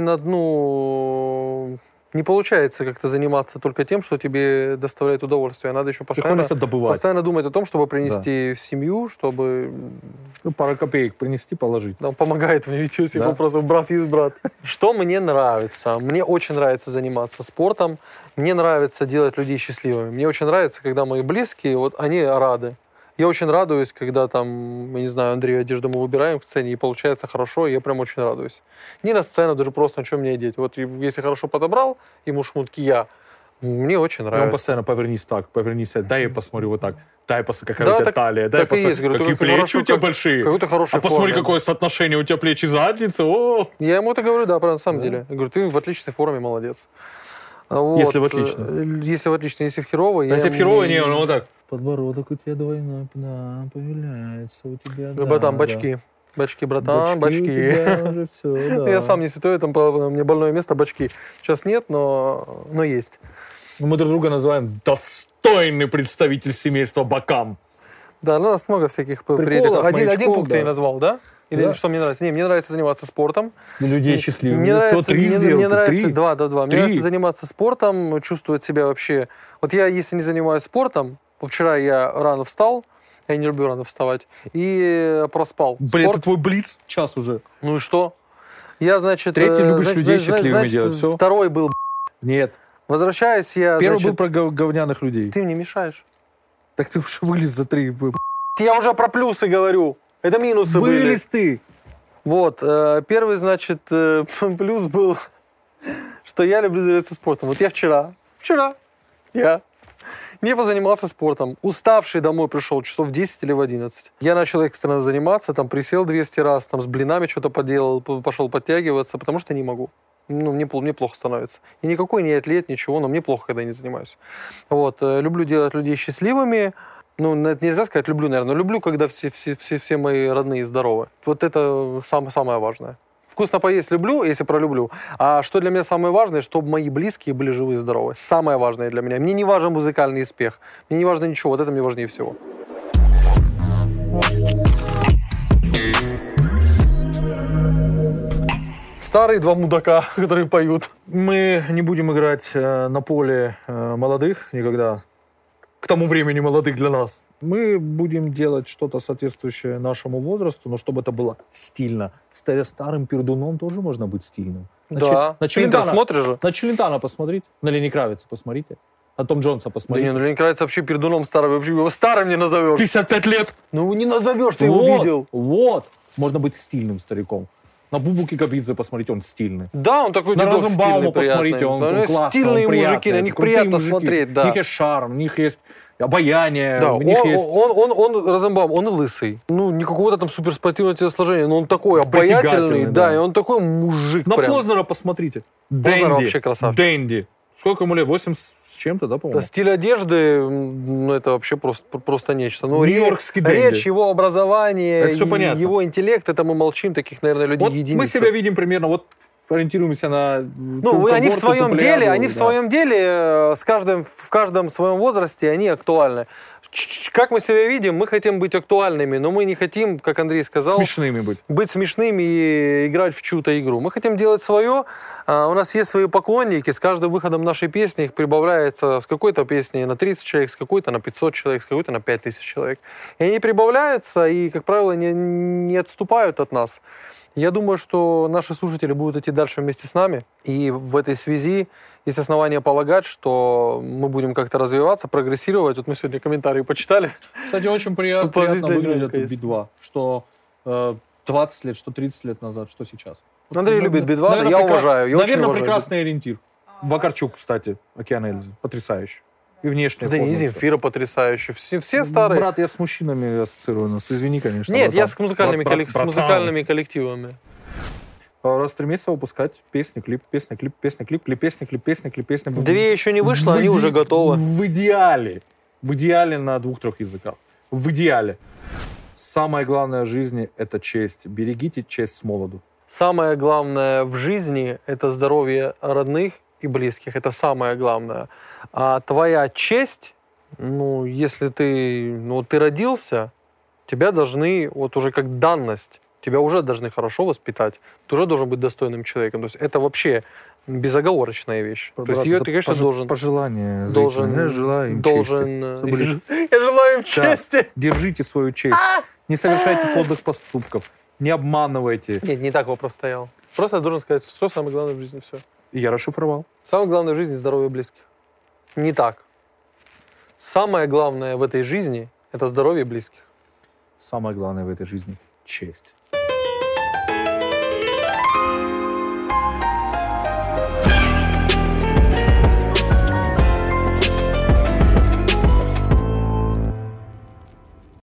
не получается как-то заниматься только тем, что тебе доставляет удовольствие. Надо еще Приходится добывать. постоянно думать о том, чтобы принести в семью, чтобы... Ну, пару копеек принести, положить. Он помогает мне ведь всех Да? вопросов. Брат есть брат. Что мне нравится? Мне очень нравится заниматься спортом. Мне нравится делать людей счастливыми. Мне очень нравится, когда мои близкие, вот они рады. Я очень радуюсь, когда там, я не знаю, Андрей, одежду мы выбираем в сцене, и получается хорошо, и я прям очень радуюсь. Не на сцену, даже просто на чем мне одеть. Вот если хорошо подобрал ему шмотки я, мне очень И он нравится. постоянно повернись так, повернись, дай я посмотрю вот так. Дай посмотри, какая Да, у тебя так- талия. Дай так и есть. посмотри, Говорю, какие ты плечи хорошо, у тебя как- большие. какой ты хороший А посмотри, форме. какое соотношение у тебя плеч и задницы. О! Я ему это говорю, да, правда, на самом деле. Я говорю, ты в отличной форме, молодец. Вот. Если в отличной. Если в отличной, если в херовой. А если в херово, не, он вот так. Подбородок у тебя двойной, да, появляется у тебя, Говорю, братан, бачки. Бачки, братан, У бачки. тебя уже все, да. Я сам не святой, там у меня больное место, бачки. Сейчас нет, но есть. Ну, мы друг друга называем достойный представитель семейства Бакам. Да, ну, у нас много всяких Приколов, приятелей. Один маячков, пункт да. я назвал, да? Или Да. что мне нравится? Не, мне нравится заниматься спортом. Людей счастливыми. Мне нравится, Все, 3 мне сделал. нравится, 3. два. Мне 3. нравится заниматься спортом, чувствовать себя вообще. Вот я, если не занимаюсь спортом, вчера я рано встал, я не люблю рано вставать, и проспал. Блин, Спорт. это твой блиц час уже. Ну и что? Я, значит... Третий любишь значит, людей значит, счастливыми делать, всё? Второй был... Нет. Возвращаюсь я... Первый значит, был про говняных людей. Ты мне мешаешь. Так ты уже вылез за 3. Я уже про плюсы говорю. Это минусы были. Вылез ты. Вот. Первый, значит, плюс был, что я люблю заниматься спортом. Вот я вчера я Не позанимался спортом. Уставший домой пришел часов в 10 или в 11. Я начал экстренно заниматься, там присел 200 раз, там с блинами что-то поделал, пошел подтягиваться, потому что не могу. Ну, мне плохо становится. И никакой не атлет, ничего, но мне плохо, когда я не занимаюсь. Вот. Люблю делать людей счастливыми. Ну, это нельзя сказать люблю, наверное, но люблю, когда все мои родные здоровы. Вот это самое важное. Вкусно поесть люблю, если пролюблю. А что для меня самое важное, чтобы мои близкие были живы и здоровы. Самое важное для меня. Мне не важен музыкальный успех. Мне не важно ничего. Вот это мне важнее всего. Старые два мудака, которые поют. Мы не будем играть на поле молодых никогда. К тому времени молодых для нас. Мы будем делать что-то соответствующее нашему возрасту, но чтобы это было стильно. Старым пердуном тоже можно быть стильным. Да. На Ты смотришь же? На Челентана посмотрите. На Лени Кравица посмотрите. На Том Джонса посмотрите. Да не, ну Лени Кравица вообще пердуном старым. Вообще его старым не назовешь. 55 лет. Ну не назовешь, ты его видел. Вот. Можно быть стильным стариком. На Бубу Кикабидзе посмотрите, он стильный. Да, он такой на дедок Розенбаума стильный, посмотрите, приятный. он классный, стильные он приятный. мужики, на них Крутые приятно мужики. смотреть, да. У них есть шарм, у них есть обаяние, Да, у них есть... он Розенбаум, он и лысый. Ну, не какого-то там суперспортивного телосложения, но он такой обаятельный, Притягательный, да, да. и он такой мужик На прям. Познера посмотрите. Познер вообще красавчик. Дэнди. Сколько ему лет? 80 с чем-то, да, по-моему? Да, стиль одежды, ну, это вообще просто нечто. Ну, Нью-Йоркский Дэнди. речь, его образование, Это всё понятно. его интеллект, это мы молчим, таких, наверное, людей Вот единицы. мы себя видим примерно, вот ориентируемся на... Ну, они в своем деле, в каждом своем возрасте они актуальны. Как мы себя видим, мы хотим быть актуальными, но мы не хотим, как Андрей сказал, Смешными быть смешными и играть в чью-то игру. Мы хотим делать свое. У нас есть свои поклонники. С каждым выходом нашей песни их прибавляется с какой-то песни на 30 человек, с какой-то на 500 человек, с какой-то на 5000 человек. И они прибавляются и, как правило, не отступают от нас. Я думаю, что наши слушатели будут идти дальше вместе с нами. И в этой связи есть основания полагать, что мы будем как-то развиваться, прогрессировать. Вот мы сегодня комментарии почитали. Кстати, очень приятно Положительная выглядит динамика есть. Би-2. Что 20 лет, что 30 лет назад, что сейчас. Андрей любит Би-2, наверное, я уважаю. Я очень наверное, уважаю. прекрасный ориентир. Вакарчук, кстати, Океан Эльзы. Потрясающий. И внешне. Да не, Земфира потрясающая. Все старые. Брат, я с мужчинами ассоциирую нас. Извини, конечно. Нет, братан. я с музыкальными Братан. коллективами. Раз в 3 месяца выпускать песни, клип, песня, клип, песня, клип, клип, песня, клип, песня, клип, песня. 2 еще не вышло, они уже готовы. В идеале. В идеале на 2-3 языках. В идеале. Самое главное в жизни – это честь. Берегите честь с молоду. Самое главное в жизни – это здоровье родных и близких. Это самое главное. А твоя честь, ну, если ты родился, тебя должны, вот уже как данность, тебя уже должны хорошо воспитать. Ты уже должен быть достойным человеком. То есть это вообще безоговорочная вещь. То есть ее ты, конечно, должен... Пожелание. Должен... Я желаю им чести. Я желаю им чести. Держите свою честь. Не совершайте подлых поступков. Не обманывайте. Нет, не так вопрос стоял. Просто я должен сказать, что самое главное в жизни, все. И я расшифровал. Самое главное в жизни – здоровье близких. Не так. Самое главное в этой жизни – это здоровье близких. Самое главное в этой жизни – честь.